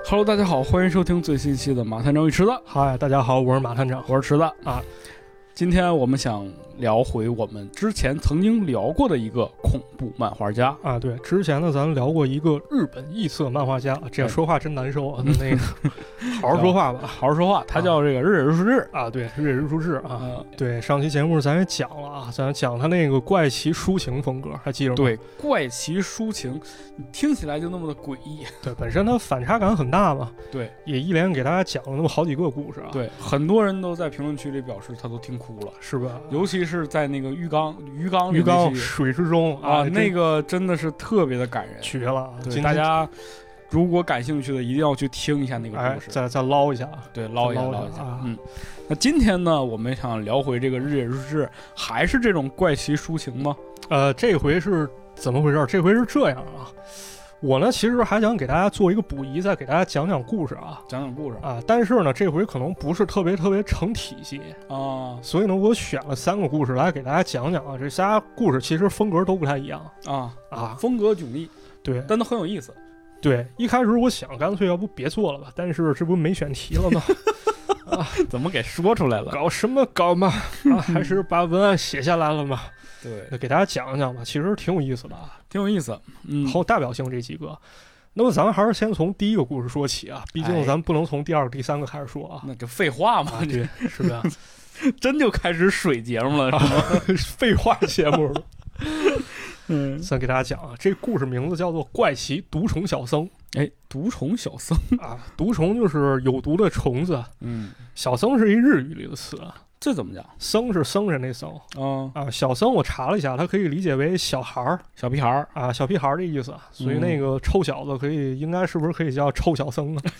Hello， 大家好，欢迎收听最新一期的马探长与池子。 嗨，大家好，我是马探长， 我是池子啊。今天我们想聊回我们之前曾经聊过的一个恐怖漫画家啊。对，之前呢，咱聊过一个日本异色漫画家，这样说话真难受啊。那个，好好说话吧， 好好说话。他叫这个日野日出志啊，对，日野日出志啊。对，上期节目咱也讲了啊，咱讲他那个怪奇抒情风格，还记得吗？ 对，怪奇抒情，听起来就那么的诡异。 对，本身它反差感很大嘛。 对， 也一连给大家讲了那么好几个故事啊。 对，很多人都在评论区里表示他都听哭了， 是吧？ 尤其是在那个鱼缸水之中啊，那个真的是特别的感人， 绝了。 对，大家如果感兴趣的，一定要去听一下那个故事， 再捞一下， 对，捞一下啊。那今天呢，我们想聊回这个日野日出志，还是这种怪奇抒情吗？ 这回是怎么回事？这回是这样啊。我呢，其实还想给大家做一个补遗，再给大家讲讲故事啊，但是呢，这回可能不是特别成体系啊， 所以呢，我选了3个故事来给大家讲讲啊。这仨故事其实风格都不太一样啊， 风格迥异， 对， 但都很有意思。 对，一开始我想干脆要不别做了吧，但是这不没选题了吗？ 啊，怎么给说出来了？ 搞什么搞嘛？啊，还是把文案写下来了嘛？ 对， 那给大家讲一讲吧，其实挺有意思的啊， 挺有意思。 好代表性这几个。那么咱们还是先从第一个故事说起啊，毕竟咱不能从第2个、第3个开始说啊。 那就废话嘛， 对，是吧？ 真就开始水节目了，是吗？ 废话节目了。先给大家讲啊，这故事名字叫做《怪奇毒虫小僧》。 毒虫小僧啊，毒虫就是有毒的虫子。小僧是一日语里的词啊。 这怎么讲？ 僧是僧人那僧小僧我查了一下，它可以理解为小孩儿、 小屁孩儿啊，小屁孩儿的意思。所以那个臭小子应该是不是可以叫臭小僧呢？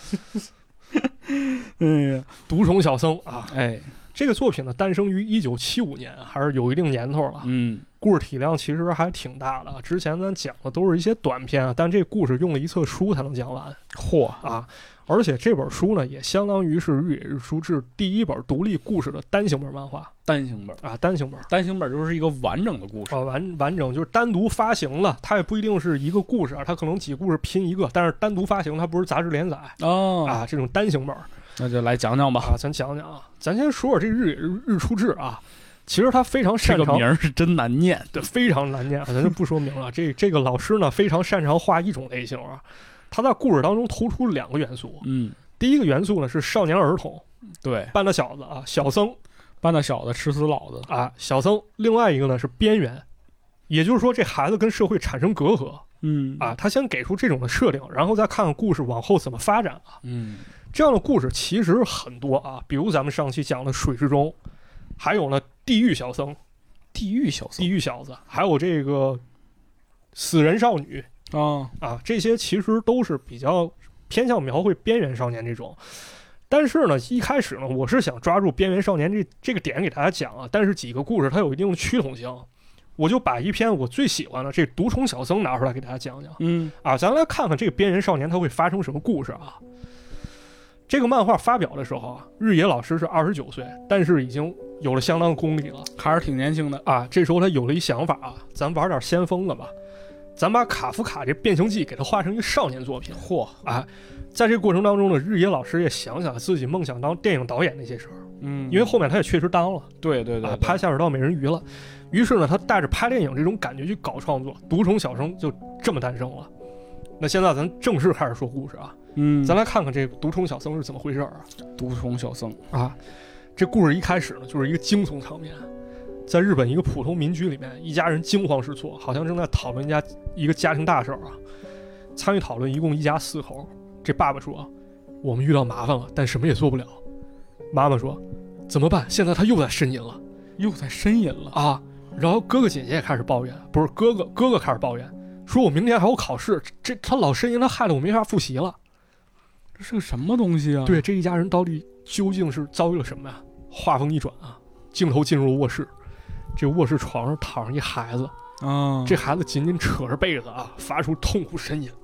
毒虫小僧啊，这个作品呢诞生于1975年，还是有一定年头了。故事体量其实还挺大的。之前咱讲的都是一些短篇啊，但这故事用了1册书才能讲完。 嚯啊！而且这本书呢，也相当于是日野日出志第一本独立故事的单行本漫画。 单行本就是一个完整的故事完整就是单独发行了，它也不一定是一个故事啊，它可能几故事拼一个，但是单独发行它不是杂志连载啊，这种单行本。 那就来讲讲吧啊，咱讲讲啊，咱先说说这日野日出志啊。其实他非常擅长， 这个名是真难念， 对，非常难念，咱就不说明了。这个老师呢，非常擅长画一种类型啊。他在故事当中突出2个元素，第一个元素呢是少年儿童， 对， 扮的小子啊，小僧， 扮的小子吃死老子啊，小僧。另外一个呢是边缘，也就是说这孩子跟社会产生隔阂，他先给出这种的设定，然后再看看故事往后怎么发展啊。这样的故事其实很多啊，比如咱们上期讲的水之中。还有呢，地狱小僧， 地狱小子，还有这个死人少女这些其实都是比较偏向描绘边缘少年这种。但是呢，一开始呢，我是想抓住边缘少年这个点给大家讲啊，但是几个故事它有一定的趋同性，我就把一篇我最喜欢的这毒虫小僧拿出来给大家讲讲。咱来看看这个边缘少年他会发生什么故事啊。这个漫画发表的时候啊，日野老师是29岁，但是已经有了相当的功力了， 还是挺年轻的啊。这时候他有了一想法啊，咱玩点先锋的吧，咱把卡夫卡这变形记给他画成一个少年作品。 嚯啊！ 在这个过程当中呢，日野老师也想想自己梦想当电影导演那些事儿，因为后面他也确实当了， 对， 拍下水道美人鱼了。于是呢，他带着拍电影这种感觉去搞创作，毒虫小僧就这么诞生了。那现在咱正式开始说故事啊。咱来看看这毒虫小僧是怎么回事啊？ 毒虫小僧啊，这故事一开始呢，就是一个惊悚场面。在日本一个普通民居里面，一家人惊慌失措，好像正在讨论一个家庭大事啊。参与讨论一共一家4口。这爸爸说：“我们遇到麻烦了，但什么也做不了。”妈妈说：“怎么办？现在他又在呻吟了啊！”然后哥哥姐姐也开始抱怨，不是哥哥开始抱怨，说我明天还有考试，他老呻吟，他害得我没法复习了。 这是个什么东西啊？ 对，这一家人到底究竟是遭遇了什么呀？话锋一转啊，镜头进入了卧室。这卧室床上躺着一孩子这孩子紧紧扯着被子啊，发出痛苦呻吟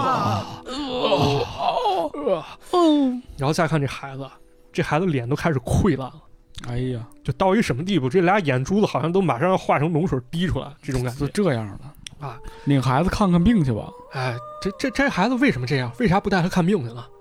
然后再看这孩子脸都开始溃烂了。 哎呀， 就到一什么地步？这俩眼珠子好像都马上要化成脓水滴出来，这种感觉。 这样的啊，领孩子看看病去吧。 哎，这孩子为什么这样？为啥不带他看病去了？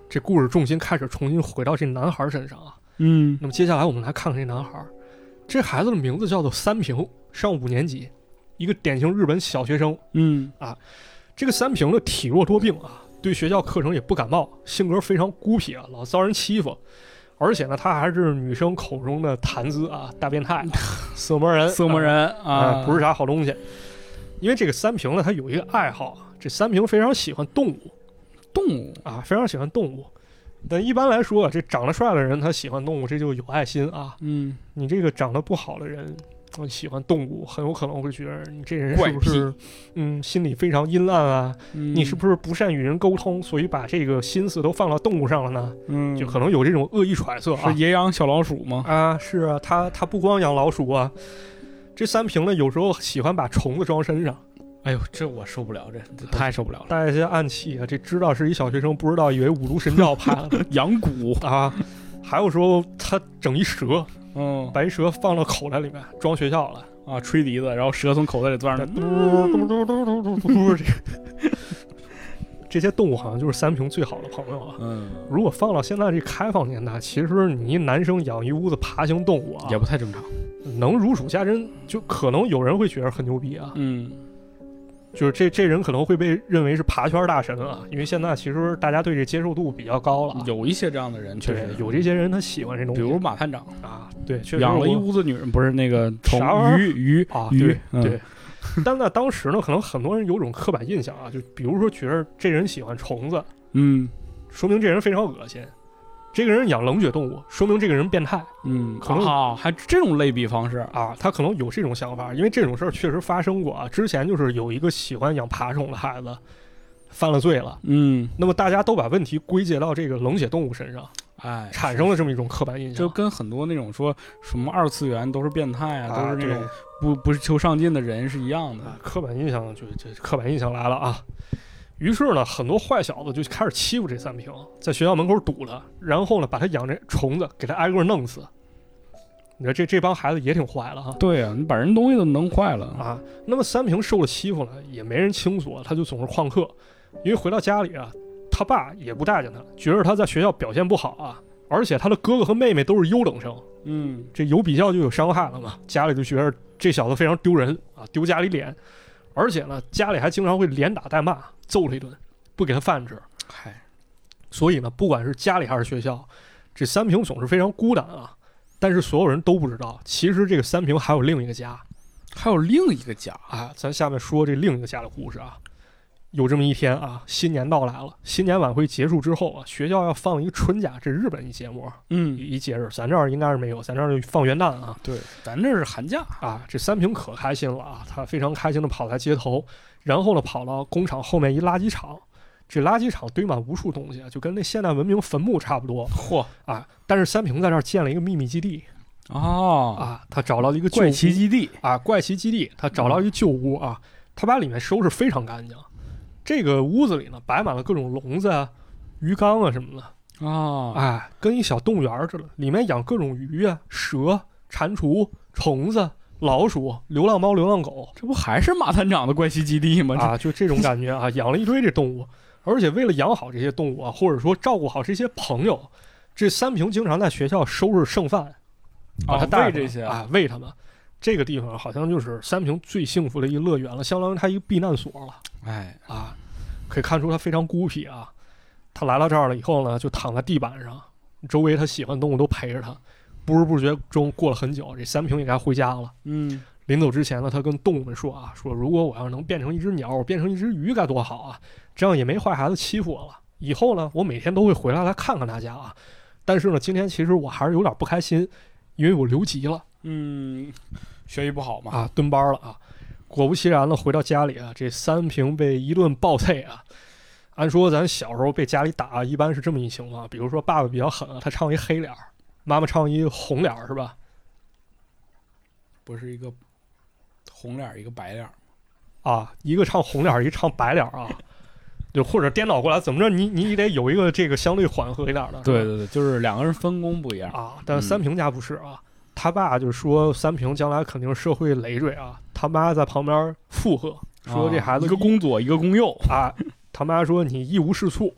这故事重心开始重新回到这男孩身上啊。 那么接下来我们来看看这男孩，这孩子的名字叫做三平，上5年级，一个典型日本小学生。这个三平的体弱多病啊，对学校课程也不感冒，性格非常孤僻啊，老遭人欺负。而且呢，他还是女生口中的谈资啊，大变态、色魔人啊，不是啥好东西。因为这个三平呢，他有一个爱好，这三平非常喜欢动物啊，非常喜欢动物。但一般来说，这长得帅的人他喜欢动物，这就有爱心啊。你这个长得不好的人喜欢动物，很有可能会觉得你这人是不是心里非常阴暗啊？你是不是不善与人沟通，所以把这个心思都放到动物上了呢？就可能有这种恶意揣测啊。 是也养小老鼠吗？ 啊，是啊，他不光养老鼠啊，这三平呢有时候喜欢把虫子装身上。 哎呦，这我受不了，这太受不了了， 带一些暗器啊！这知道是一小学生，不知道以为五毒神教拍了养蛊啊。还有时候他整一蛇，把一蛇放到口袋里面装学校了啊，吹笛子，然后蛇从口袋里钻出来。这些动物好像就是三平最好的朋友啊。如果放到现在这开放年代，其实你一男生养一屋子爬行动物啊， 也不太正常。 能如数家珍，就可能有人会觉得很牛逼啊。就是这人可能会被认为是爬圈大神啊，因为现在其实大家对这接受度比较高了。 有一些这样的人，确实有这些人他喜欢这种， 比如马探长啊，对，确实养了一屋子女人，不是那个虫鱼啊，对。但在当时呢，可能很多人有种刻板印象啊，就比如说觉得这人喜欢虫子，说明这人非常恶心。这个人养冷血动物，说明这个人变态。可能还这种类比方式啊，他可能有这种想法，因为这种事儿确实发生过啊。之前就是有一个喜欢养爬虫的孩子犯了罪了，那么大家都把问题归结到这个冷血动物身上，产生了这么一种刻板印象， 就跟很多那种说什么2次元都是变态啊，都是那种不是求上进的人是一样的。 刻板印象这刻板印象来了啊。于是呢，很多坏小子就开始欺负这三平，在学校门口堵他，然后呢，把他养这虫子给他挨个弄死。你说这帮孩子也挺坏了哈。 对啊，你把人东西都弄坏了啊。那么三平受了欺负了，也没人倾诉，他就总是旷课。因为回到家里啊，他爸也不待见他，觉得他在学校表现不好啊，而且他的哥哥和妹妹都是优等生。这有比较就有伤害了嘛。家里就觉得这小子非常丢人啊，丢家里脸。而且呢，家里还经常会连打带骂，揍他一顿，不给他饭吃。所以呢，不管是家里还是学校，这三平总是非常孤单啊。但是所有人都不知道，其实这个三平还有另一个家， 啊！ 咱下面说这另一个家的故事啊。有这么一天啊，新年到来了，新年晚会结束之后啊，学校要放一个春假，这日本一节目，一节日，咱这儿应该是没有，咱这儿就放元旦啊。 对，咱这是寒假啊。这三平可开心了啊，他非常开心的跑在街头，然后呢跑到工厂后面一垃圾场，这垃圾场堆满无数东西，就跟那现代文明坟墓差不多。但是三平在这儿建了一个秘密基地。他找到了一个怪奇基地啊，怪奇基地，他找到一个旧屋啊，他把里面收拾非常干净。这个屋子里呢，摆满了各种笼子啊、鱼缸啊什么的跟一小动物园似的，里面养各种鱼啊、蛇、蟾蜍、虫子、老鼠、流浪猫、流浪狗。 这不还是马探长的怪奇基地吗？ 就这种感觉啊，养了一堆这动物，而且为了养好这些动物啊，或者说照顾好这些朋友，这三平经常在学校收拾剩饭，把他带这些喂他们。这个地方好像就是三平最幸福的一个乐园了，相当于他一个避难所了。可以看出他非常孤僻啊。他来到这儿了以后呢，就躺在地板上，周围他喜欢动物都陪着他。不知不觉中过了很久，这三平也该回家了。临走之前呢，他跟动物们说如果我要能变成一只鸟，我变成一只鱼该多好啊！这样也没坏孩子欺负我了。以后呢，我每天都会回来看看大家啊。但是呢，今天其实我还是有点不开心，因为我留级了。 学习不好嘛蹲班了啊。果不其然呢，回到家里啊，这三平被一顿暴啐啊。按说咱小时候被家里打一般是这么一情况，比如说爸爸比较狠，他唱一黑脸，妈妈唱一红脸，是吧？ 不是一个红脸一个白脸一个唱红脸一个唱白脸啊。就或者颠倒过来，怎么着你得有一个这个相对缓和一点的。 对，就是两个人分工不一样但三平家不是啊。他爸就说三平将来肯定是社会累赘啊，他妈在旁边附和说这孩子一个公左一个公右他妈说你一无是处，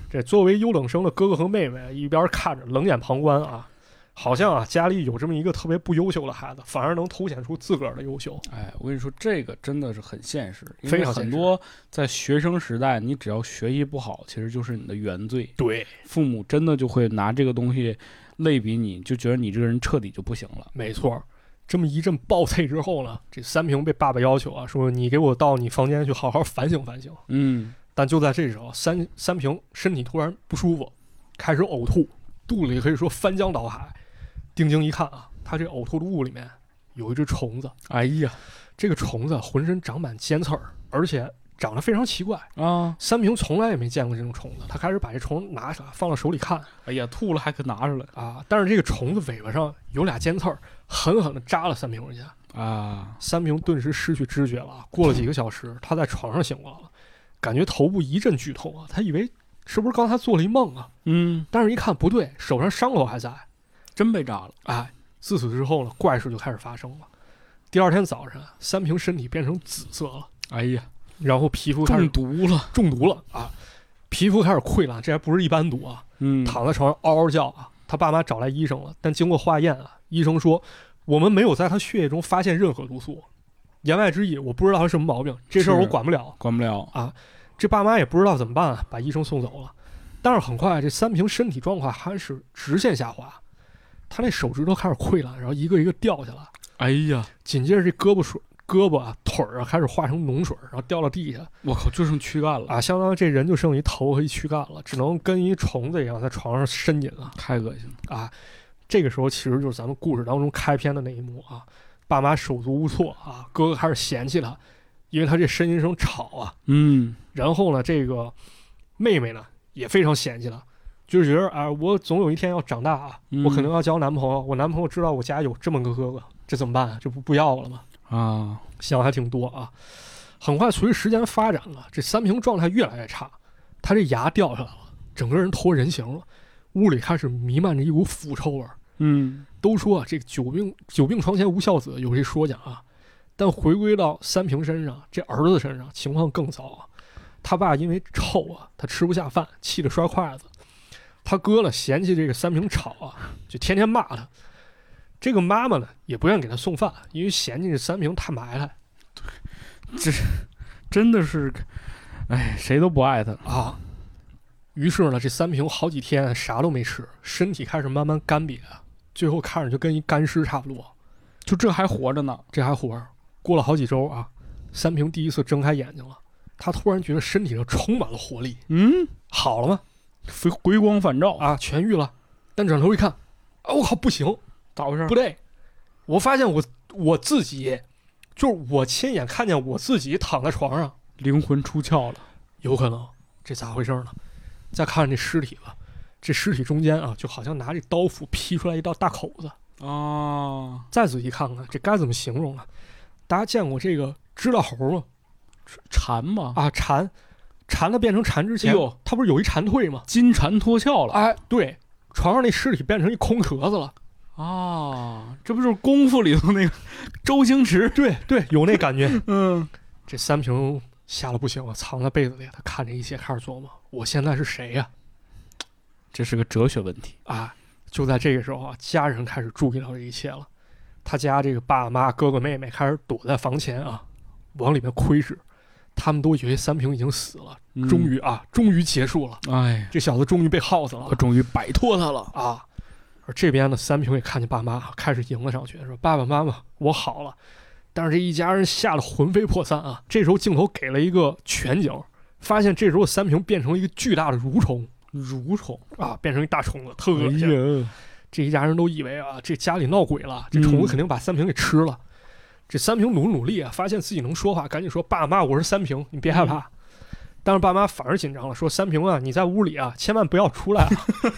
这作为优等生的哥哥和妹妹一边看着冷眼旁观啊，好像啊家里有这么一个特别不优秀的孩子，反而能凸显出自个儿的优秀。 哎，我跟你说，这个真的是很现实，因为很多在学生时代，你只要学习不好，其实就是你的原罪。 对， 父母真的就会拿这个东西类比你，就觉得你这个人彻底就不行了。 没错。这么一阵暴啐之后呢，这三平被爸爸要求啊，说你给我到你房间去好好反省反省。但就在这时候，三平身体突然不舒服，开始呕吐，肚里可以说翻江倒海。定睛一看啊，他这呕吐的物里面有一只虫子。 哎呀， 这个虫子浑身长满尖刺儿，而且长得非常奇怪啊！ 三平从来也没见过这种虫子，他开始把这虫拿起来放到手里看。 哎呀，吐了还可拿出来啊！但是这个虫子尾巴上有俩尖刺儿，狠狠地扎了三平一下啊！ 三平顿时失去知觉了。过了几个小时，他在床上醒过来了，感觉头部一阵剧痛啊！他以为是不是刚才做了一梦啊？但是一看不对，手上伤口还在， 真被扎了。 哎，自此之后呢，怪事就开始发生了。第二天早上，三平身体变成紫色了。 哎呀！ 然后皮肤开始中毒了啊！皮肤开始溃烂，这还不是一般毒啊！躺在床上嗷嗷叫啊！他爸妈找来医生了，但经过化验啊，医生说我们没有在他血液中发现任何毒素。言外之意，我不知道他什么毛病，这事儿我管不了啊！这爸妈也不知道怎么办啊，把医生送走了。但是很快，这三平身体状况还是直线下滑，他那手指头开始溃烂，然后一个一个掉下来。 哎呀！ 紧接着这胳膊啊、腿儿啊开始化成脓水，然后掉到地下。 我靠，就剩躯干了啊！相当于这人就剩一头和一躯干了，只能跟一虫子一样在床上呻吟了， 太恶心了啊！这个时候其实就是咱们故事当中开篇的那一幕啊，爸妈手足无措啊，哥哥开始嫌弃他，因为他这呻吟声吵啊。然后呢，这个妹妹呢也非常嫌弃他，就是觉得啊，我总有一天要长大啊，我可能要交男朋友，我男朋友知道我家有这么个哥哥，这怎么办啊？这不要了吗？ 啊， 想还挺多啊。很快随着时间发展了，这三平状态越来越差，他这牙掉下来了，整个人脱人形了，屋里开始弥漫着一股腐臭味。都说这个久病床前无孝子，有这说讲啊。但回归到三平身上，这儿子身上情况更糟啊。他爸因为臭啊，他吃不下饭，气得摔筷子。他哥呢嫌弃这个三平吵啊，就天天骂他。这个妈妈呢也不愿给他送饭，因为嫌弃这三平太埋汰。 这真的是，哎，谁都不爱他啊。于是呢，这三平好几天啥都没吃，身体开始慢慢干瘪，最后看着就跟一干尸差不多。 就这还活着呢， 这还活着。过了好几周啊，三平第一次睁开眼睛了，他突然觉得身体上充满了活力。好了吗？ 回光返照啊，痊愈了。但转头一看，啊，我靠，不行， 咋回事？ 不对，我发现我自己，就是我亲眼看见我自己躺在床上， 灵魂出窍了。 有可能，这咋回事呢？再看这尸体吧，这尸体中间啊，就好像拿这刀斧劈出来一道大口子啊。 再仔细看看，这该怎么形容呢？大家见过这个知了猴吗？ 蝉吗？ 啊，蝉它变成蝉之前，它不是有一蝉蜕吗？ 金蝉脱壳了。 哎，对，床上那尸体变成一空壳子了。 啊，这不就是功夫里头那个周星驰？ 对，有那感觉。这三平吓得不行了，藏在被子里，他看着一切开始琢磨：我现在是谁呀？ 这是个哲学问题啊！就在这个时候啊，家人开始注意到这一切了。他家这个爸妈、哥哥、妹妹开始躲在房前啊，往里面窥视。他们都以为三平已经死了，终于结束了。 哎， 这小子终于被耗死了， 我终于摆脱他了啊！而这边呢，三平也看见爸妈开始迎了上去，说：“爸爸妈妈，我好了。”但是这一家人吓得魂飞魄散啊！这时候镜头给了一个全景，发现这时候三平变成了一个巨大的蠕虫啊，变成一大虫子，特恶心。这一家人都以为啊，这家里闹鬼了，这虫子肯定把三平给吃了。这三平努力啊，发现自己能说话，赶紧说：“爸妈，我是三平，你别害怕。”但是爸妈反而紧张了，说：“三平啊，你在屋里啊，千万不要出来啊。”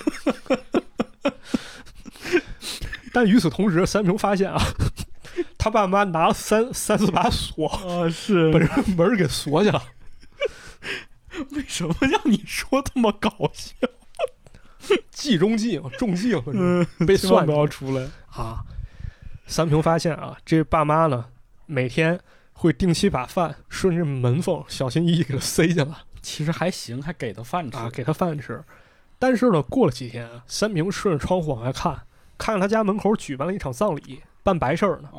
但与此同时，三平发现啊，他爸妈拿了三四把锁啊，是把这门给锁起来。 为什么让你说这么搞笑？ 计中计嘛，中计嘛，被算不要出来啊！三平发现啊，这爸妈呢，每天会定期把饭顺着门缝小心翼翼给他塞进来。 其实还行，还给他饭吃啊，给他饭吃。但是呢，过了几天，三平顺着窗户往外看，看他家门口举办了一场葬礼，办白事儿呢。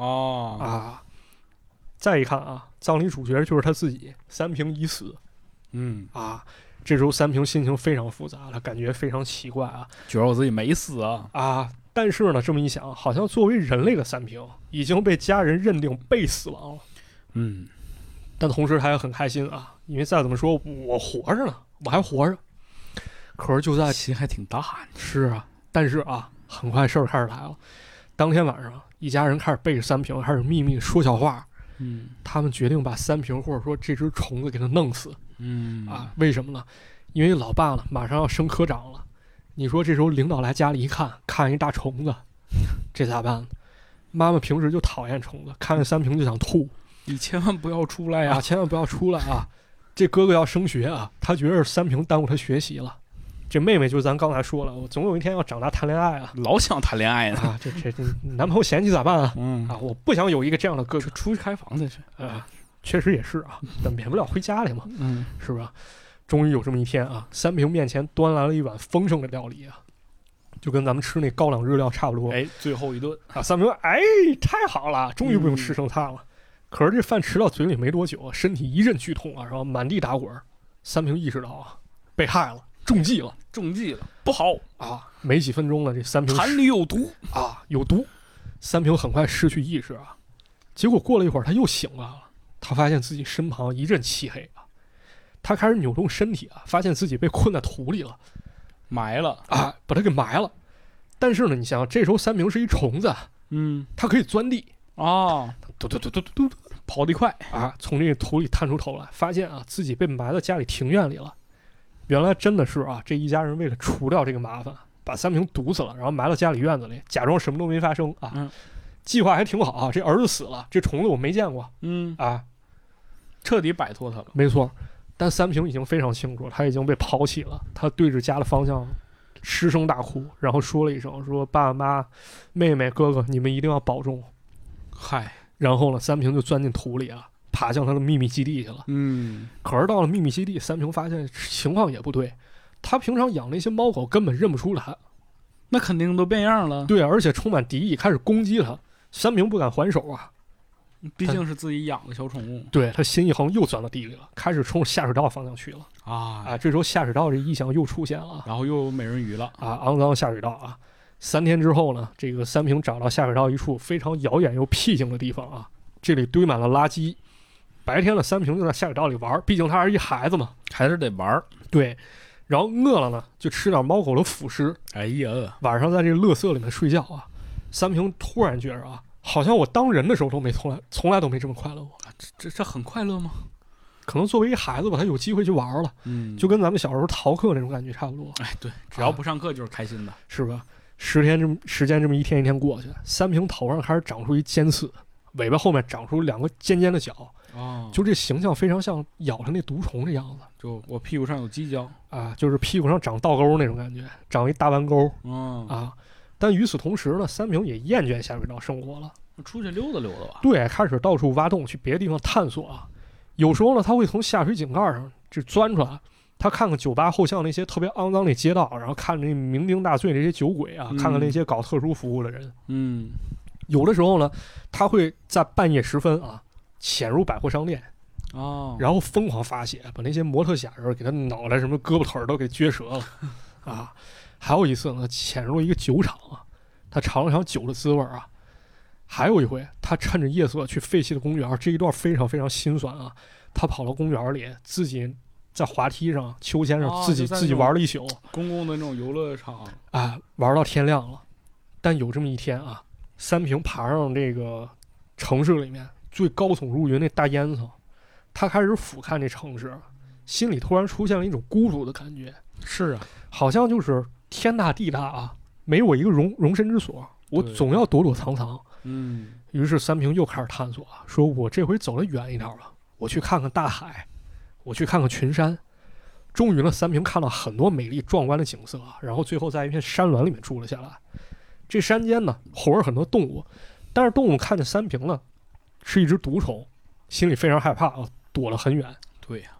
再一看啊，葬礼主角就是他自己，三平已死。这时候三平心情非常复杂，他感觉非常奇怪啊， 觉得我自己没死啊。 但是呢，这么一想，好像作为人类的三平已经被家人认定被死亡了。但同时他也很开心啊，因为再怎么说我活着呢，我还活着。可是就在心还挺大呢。 是啊，但是啊，很快事儿开始来了。当天晚上，一家人开始背着三平，开始秘密说笑话。他们决定把三平或者说这只虫子给它弄死。为什么呢？因为老爸呢马上要升科长了。你说这时候领导来家里一看，看一大虫子，这咋办呢？妈妈平时就讨厌虫子，看见三平就想吐。 你千万不要出来呀！ 千万不要出来啊！这哥哥要升学啊，他觉得三平耽误他学习了。这妹妹就咱刚才说了，我总有一天要长大谈恋爱啊， 老想谈恋爱呢啊！这男朋友嫌弃咋办啊？我不想有一个这样的哥哥， 出去开房去确实也是啊，但免不了回家里嘛，是吧？终于有这么一天啊，三平面前端来了一碗丰盛的料理啊，就跟咱们吃那高粱日料差不多。 最后一顿啊，三平太好了，终于不用吃剩菜了。可是这饭吃到嘴里没多久，身体一阵剧痛啊，然后满地打滚。三平意识到啊，被害了，中计了，不好啊！没几分钟了，这三平痰里有毒啊，有毒。三平很快失去意识啊，结果过了一会儿他又醒了，他发现自己身旁一阵漆黑啊，他开始扭动身体啊，发现自己被困在土里了， 埋了啊，把他给埋了。但是呢，你想想，这时候三平是一虫子，他可以钻地啊，嘟， 跑得快啊，从这个土里探出头来，发现啊自己被埋到家里庭院里了。原来真的是啊，这一家人为了除掉这个麻烦，把三平毒死了，然后埋到家里院子里，假装什么都没发生啊。计划还挺好啊，这儿子死了，这虫子我没见过， 彻底摆脱他了。 没错，但三平已经非常清楚，他已经被抛弃了。他对着家的方向失声大哭，然后说了一声：“说爸爸妈妈、妹妹、哥哥，你们一定要保重。”然后呢，三平就钻进土里啊，爬向他的秘密基地去了。可是到了秘密基地，三平发现情况也不对，他平常养那些猫狗根本认不出来， 那肯定都变样了。 对，而且充满敌意，开始攻击他。三平不敢还手啊， 毕竟是自己养的小宠物。 对，他心一横，又钻到地里了，开始冲下水道方向去了。这时候下水道这异象又出现了， 然后又有美人鱼了啊，肮脏下水道啊。3天之后呢，这个三平找到下水道一处非常遥远又僻静的地方啊，这里堆满了垃圾。白天呢，三平就在下水道里玩，毕竟他还是一孩子嘛， 还是得玩。 对，然后饿了呢，就吃点猫狗的腐尸。晚上在这个垃圾里面睡觉啊。三平突然觉着啊，好像我当人的时候都从来都没这么快乐过。 这很快乐吗？ 可能作为一孩子吧，他有机会去玩了，就跟咱们小时候逃课那种感觉差不多。 对，只要不上课就是开心的， 是吧？10天时间这么一天一天过去，三平头上开始长出一尖刺，尾巴后面长出2个尖尖的角，就这形象非常像咬了那毒虫的样子。 就我屁股上有犄角啊，就是屁股上长倒钩那种感觉，长一大弯钩啊。但与此同时呢，三平也厌倦下水道生活了， 出去溜达溜达吧。 对，开始到处挖洞去别的地方探索啊。有时候呢，他会从下水井盖上就钻出来，他看看酒吧后巷那些特别肮脏的街道，然后看着那酩酊大醉这些酒鬼啊，看看那些搞特殊服务的人。有的时候呢，他会在半夜时分啊，潜入百货商店然后疯狂发泄，把那些模特假人给他脑袋什么胳膊腿都给撅折了啊。还有一次呢，潜入一个酒厂啊，他尝了尝酒的滋味啊。还有一回，他趁着夜色去废弃的公园，这一段非常非常心酸啊。他跑到公园里，自己在滑梯上、秋千上自己玩了一宿， 公共的那种游乐场啊，玩到天亮了。但有这么一天啊，三平爬上这个城市里面最高耸入云那大烟囱，他开始俯瞰这城市，心里突然出现了一种孤独的感觉。 是啊， 好像就是天大地大啊，没我一个容身之所，我总要躲躲藏藏。于是三平又开始探索，说我这回走得远一点了，我去看看大海，我去看看群山。终于呢，三平看到很多美丽壮观的景色啊，然后最后在一片山峦里面住了下来。这山间呢，活着很多动物，但是动物看见三平呢是一只毒虫，心里非常害怕啊，躲了很远。 对呀，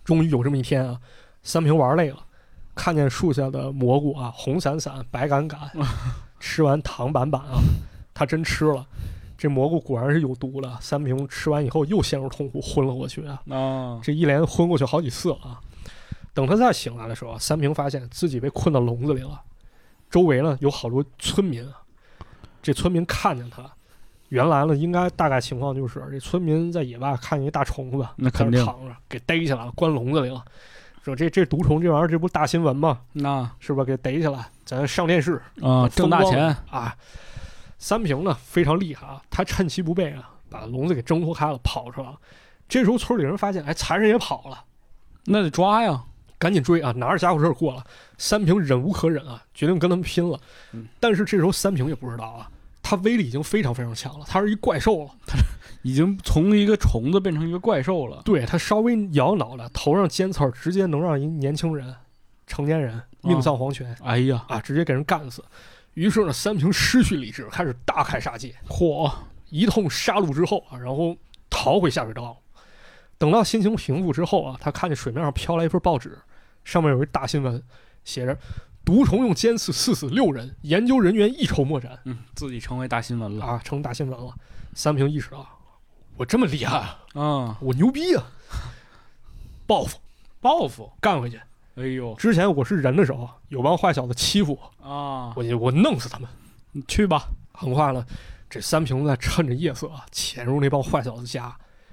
终于有这么一天啊，三平玩累了，看见树下的蘑菇啊，红闪闪白杆杆，吃完糖板板啊，他真吃了。这蘑菇果然是有毒的，三平吃完以后又陷入痛苦，昏了过去啊！这一连昏过去好几次了啊！等他再醒来的时候，三平发现自己被困到笼子里了，周围呢有好多村民啊。这村民看见他，原来呢应该大概情况就是这村民在野外看见一大虫子， 那肯定躺着，给逮起来了，关笼子里了。说这毒虫这玩意儿，这不大新闻吗？ 那是吧？给逮起来，咱上电视啊，挣大钱啊！三平呢非常厉害啊，他趁其不备啊，把笼子给挣脱开了，跑出来了。这时候村里人发现，哎，残忍也跑了， 那得抓呀， 赶紧追啊！拿着家伙事过了。三平忍无可忍啊，决定跟他们拼了。但是这时候三平也不知道啊，他威力已经非常非常强了，他是一怪兽了， 他已经从一个虫子变成一个怪兽了。 对，他稍微摇脑袋，头上尖刺直接能让一年轻人、成年人命丧黄泉。 哎呀啊，直接给人干死。于是呢，三平失去理智，开始大开杀戒，一通杀戮之后啊，然后逃回下水道。等到心情平复之后啊，他看见水面上飘来一份报纸，上面有一大新闻，写着毒虫用尖刺刺死6人，研究人员一筹莫展。 自己成为大新闻了啊，成大新闻了。三平意识到，我这么厉害啊，我牛逼啊，报复，干回去。 哎呦！ 之前我是人的时候，有帮坏小子欺负我啊， 我弄死他们。 你去吧。 很快呢，这三平子趁着夜色潜入那帮坏小子家，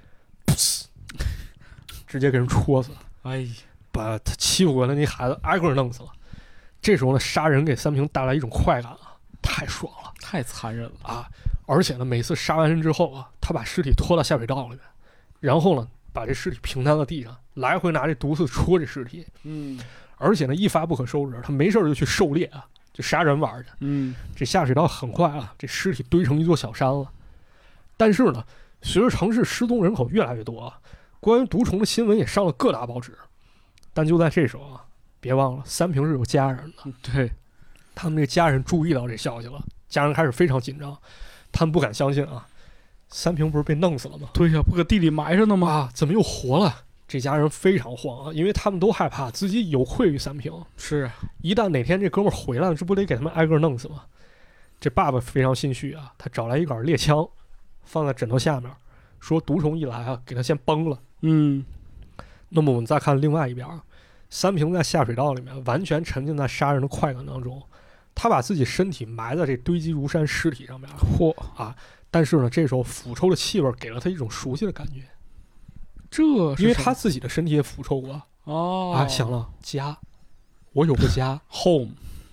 直接给人戳死了。 哎呀， 把他欺负过的那孩子挨个弄死了。这时候呢，杀人给三平带来一种快感啊，太爽了， 太残忍了啊！而且呢，每次杀完人之后啊，他把尸体拖到下水道里面，然后呢，把这尸体平摊到地上，来回拿这毒刺戳这尸体。而且呢，一发不可收拾，他没事就去狩猎啊，就杀人玩去。这下水道很快啊，这尸体堆成一座小山了。但是呢，随着城市失踪人口越来越多啊，关于毒虫的新闻也上了各大报纸。但就在这时候啊，别忘了三平是有家人的， 对， 他们这家人注意到这消息了，家人开始非常紧张，他们不敢相信啊，三平不是被弄死了吗？ 对呀，不搁地里埋着呢吗？ 啊，怎么又活了？这家人非常慌啊，因为他们都害怕自己有愧于三平。 是， 一旦哪天这哥们儿回来了，这不得给他们挨个弄死吗？这爸爸非常心虚啊，他找来一杆猎枪，放在枕头下面，说毒虫一来啊，给他先崩了。那么我们再看另外一边，三平在下水道里面完全沉浸在杀人的快感当中，他把自己身体埋在这堆积如山尸体上面。但是呢，这时候腐臭的气味给了他一种熟悉的感觉。因为他自己的身体也腐臭过想了家，我有个家，home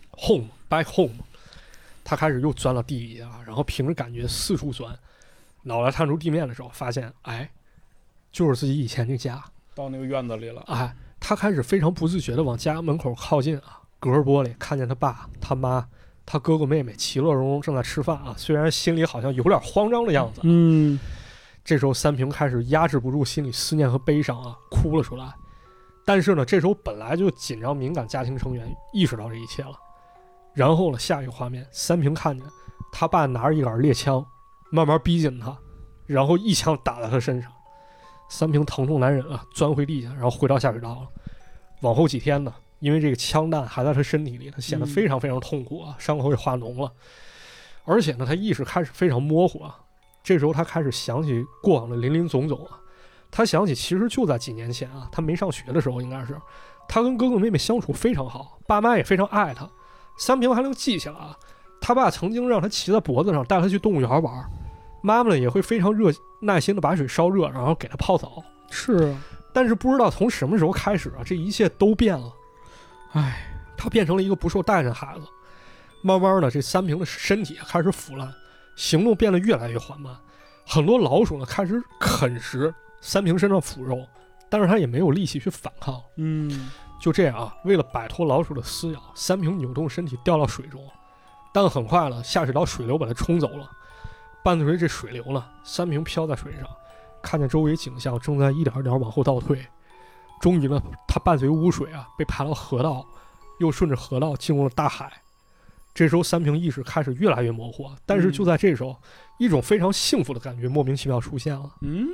back home。他开始又钻到地底下，然后凭着感觉四处钻，脑袋探出地面的时候，发现就是自己以前那家， 到那个院子里了。 他开始非常不自觉地往家门口靠近啊，隔着玻璃看见他爸、他妈、他哥哥妹妹其乐融融正在吃饭啊，虽然心里好像有点慌张的样子。这时候三平开始压制不住心里思念和悲伤啊，哭了出来。但是呢，这时候本来就紧张敏感家庭成员意识到这一切了。然后呢，下一个画面，三平看见他爸拿着一杆猎枪慢慢逼近他，然后一枪打在他身上。三平疼痛难忍啊，钻回地下，然后回到下水道了。往后几天呢，因为这个枪弹还在他身体里，他显得非常非常痛苦啊，伤口也化脓了。而且呢，他意识开始非常模糊啊。这时候他开始想起过往的林林总总啊，他想起其实就在几年前啊，他没上学的时候，应该是他跟哥哥妹妹相处非常好，爸妈也非常爱他。三平还能记起来啊，他爸曾经让他骑在脖子上带他去动物园玩，妈妈呢也会非常耐心的把水烧热，然后给他泡澡。但是不知道从什么时候开始啊，这一切都变了。他变成了一个不受待见的孩子。慢慢的，这三平的身体开始腐烂，行动变得越来越缓慢。很多老鼠呢开始啃食三平身上腐肉，但是他也没有力气去反抗。就这样啊，为了摆脱老鼠的撕咬，三平扭动身体掉到水中，但很快呢，下水道水流把他冲走了。伴随这水流呢，三平飘在水上，看见周围景象正在一点点往后倒退。终于呢，他伴随污水啊，被排到河道，又顺着河道进入了大海。这时候三平意识开始越来越模糊，但是就在这时候，一种非常幸福的感觉莫名其妙出现了。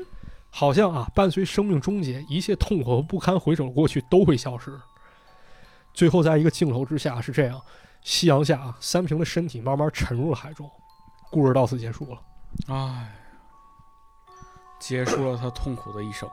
好像啊，伴随生命终结，一切痛苦和不堪回首的过去都会消失。最后，在一个镜头之下是这样：夕阳下，三平的身体慢慢沉入了海中。故事到此结束了。 唉，结束了他痛苦的一生。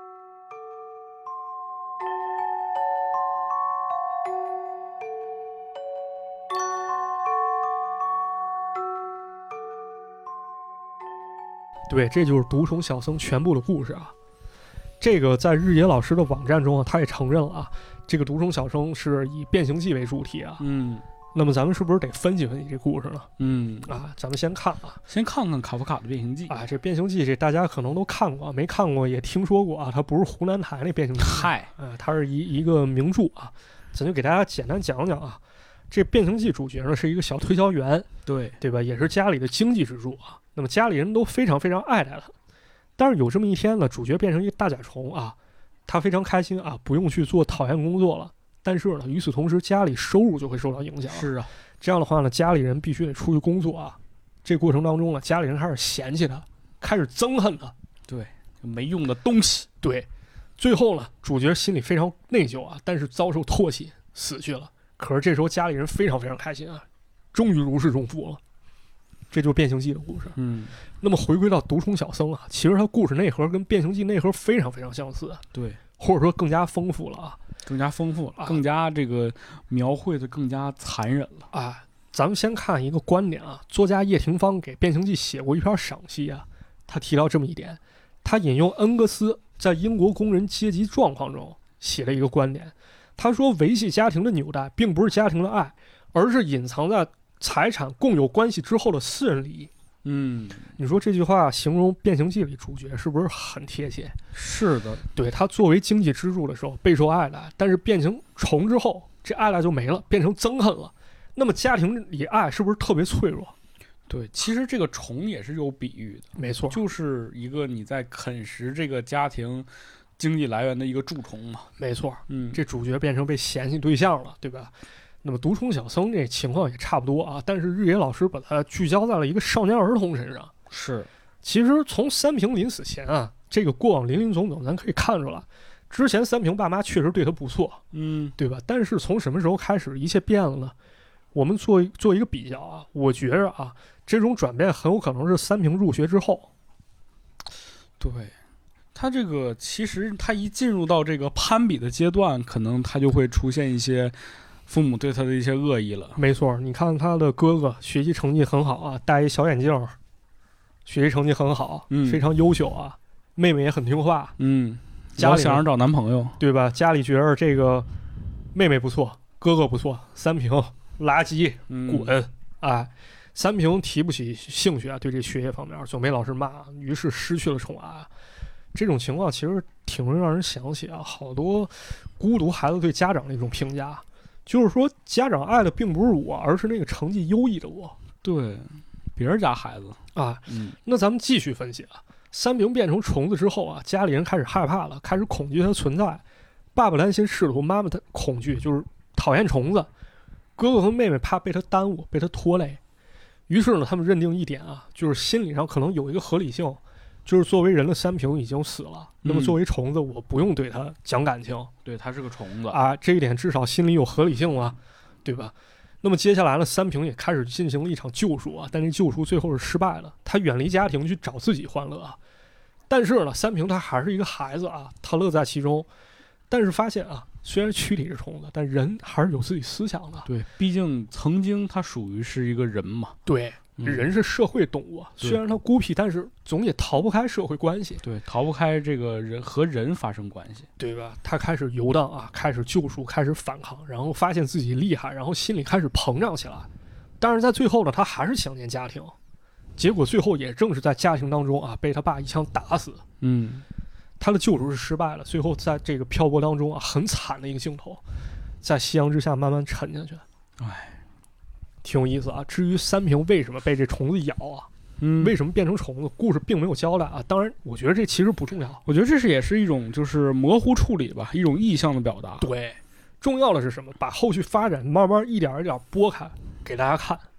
对，这就是独宠小僧全部的故事啊。这个在日野老师的网站中啊，他也承认了啊，这个独宠小僧是以变形记为主体啊。那么咱们是不是得分析分析这故事呢？咱们先看看卡夫卡的变形记啊。这变形记这大家可能都看过，没看过也听说过啊。它不是湖南台那变形记，它是一个名著啊。咱就给大家简单讲讲啊。这变形记主角呢是一个小推销员，对吧？也是家里的经济支柱啊。那么家里人都非常非常爱戴他，但是有这么一天呢，主角变成一个大甲虫啊，他非常开心啊，不用去做讨厌工作了。但是呢，与此同时，家里收入就会受到影响。 是啊， 这样的话呢，家里人必须得出去工作啊。这过程当中呢，家里人开始嫌弃他，开始憎恨他， 对，没用的东西。 对，最后呢，主角心里非常内疚啊，但是遭受唾弃，死去了。可是这时候家里人非常非常开心啊，终于如释重负了。这就是变形记的故事。那么回归到独宠小僧啊，其实它故事内核跟变形记内核非常非常相似， 对， 或者说更加丰富了啊， 更加这个描绘的更加残忍了啊。咱们先看一个观点啊，作家叶廷芳给变形记写过一篇赏析啊，他提到这么一点，他引用恩格斯在英国工人阶级状况中写了一个观点，他说维系家庭的纽带并不是家庭的爱，而是隐藏在财产共有关系之后的私人利益。你说这句话形容变形记里主角是不是很贴切？ 是的， 对，他作为经济支柱的时候备受爱戴，但是变成虫之后，这爱戴就没了，变成憎恨了。那么家庭里爱是不是特别脆弱？ 对，其实这个虫也是有比喻的， 没错， 就是一个你在啃食这个家庭经济来源的一个蛀虫嘛。 没错，这主角变成被嫌弃对象了，对吧？那么独宠小僧这情况也差不多啊，但是日野老师把它聚焦在了一个少年儿童身上。 是， 其实从三平临死前啊，这个过往林林总总，咱可以看出来，之前三平爸妈确实对他不错，对吧？但是从什么时候开始一切变了呢？我们做一个比较啊，我觉着啊，这种转变很有可能是三平入学之后。 对，他这个其实他一进入到这个攀比的阶段，可能他就会出现一些父母对他的一些恶意了。没错， 你看他的哥哥学习成绩很好啊，戴一小眼镜，学习成绩很好，非常优秀啊。妹妹也很听话， 家里想着找男朋友， 对吧？家里觉得这个妹妹不错，哥哥不错，三平垃圾，滚！三平提不起兴趣啊，对这学业方面总被老师骂，于是失去了宠爱。这种情况其实挺容易让人想起啊，好多孤独孩子对家长的一种评价。就是说，家长爱的并不是我，而是那个成绩优异的我。 对，别人家孩子啊。那咱们继续分析啊。三平变成虫子之后啊，家里人开始害怕了，开始恐惧它的存在。爸爸担心仕途，妈妈的恐惧就是讨厌虫子。哥哥和妹妹怕被他耽误，被他拖累。于是呢，他们认定一点啊，就是心理上可能有一个合理性。就是作为人的三平已经死了，那么作为虫子，我不用对他讲感情， 对他是个虫子啊，这一点至少心里有合理性啊，对吧？那么接下来呢，三平也开始进行了一场救赎啊，但这救赎最后是失败了，他远离家庭去找自己欢乐啊。但是呢，三平他还是一个孩子啊，他乐在其中，但是发现啊，虽然躯体是虫子，但人还是有自己思想的。 对，毕竟曾经他属于是一个人嘛。 对。人是社会动物啊，虽然他孤僻，但是总也逃不开社会关系。 对，逃不开这个人和人发生关系， 对吧？他开始游荡啊，开始救赎，开始反抗，然后发现自己厉害，然后心里开始膨胀起来。但是在最后呢，他还是想念家庭，结果最后也正是在家庭当中啊，被他爸一枪打死。他的救赎是失败了，最后在这个漂泊当中啊，很惨的一个镜头，在夕阳之下慢慢沉下去。挺有意思啊。至于三平为什么被这虫子咬啊，为什么变成虫子，故事并没有交代啊。当然，我觉得这其实不重要， 我觉得这也是一种就是模糊处理吧，一种意象的表达。 对，重要的是什么？把后续发展慢慢一点一点拨开给大家看。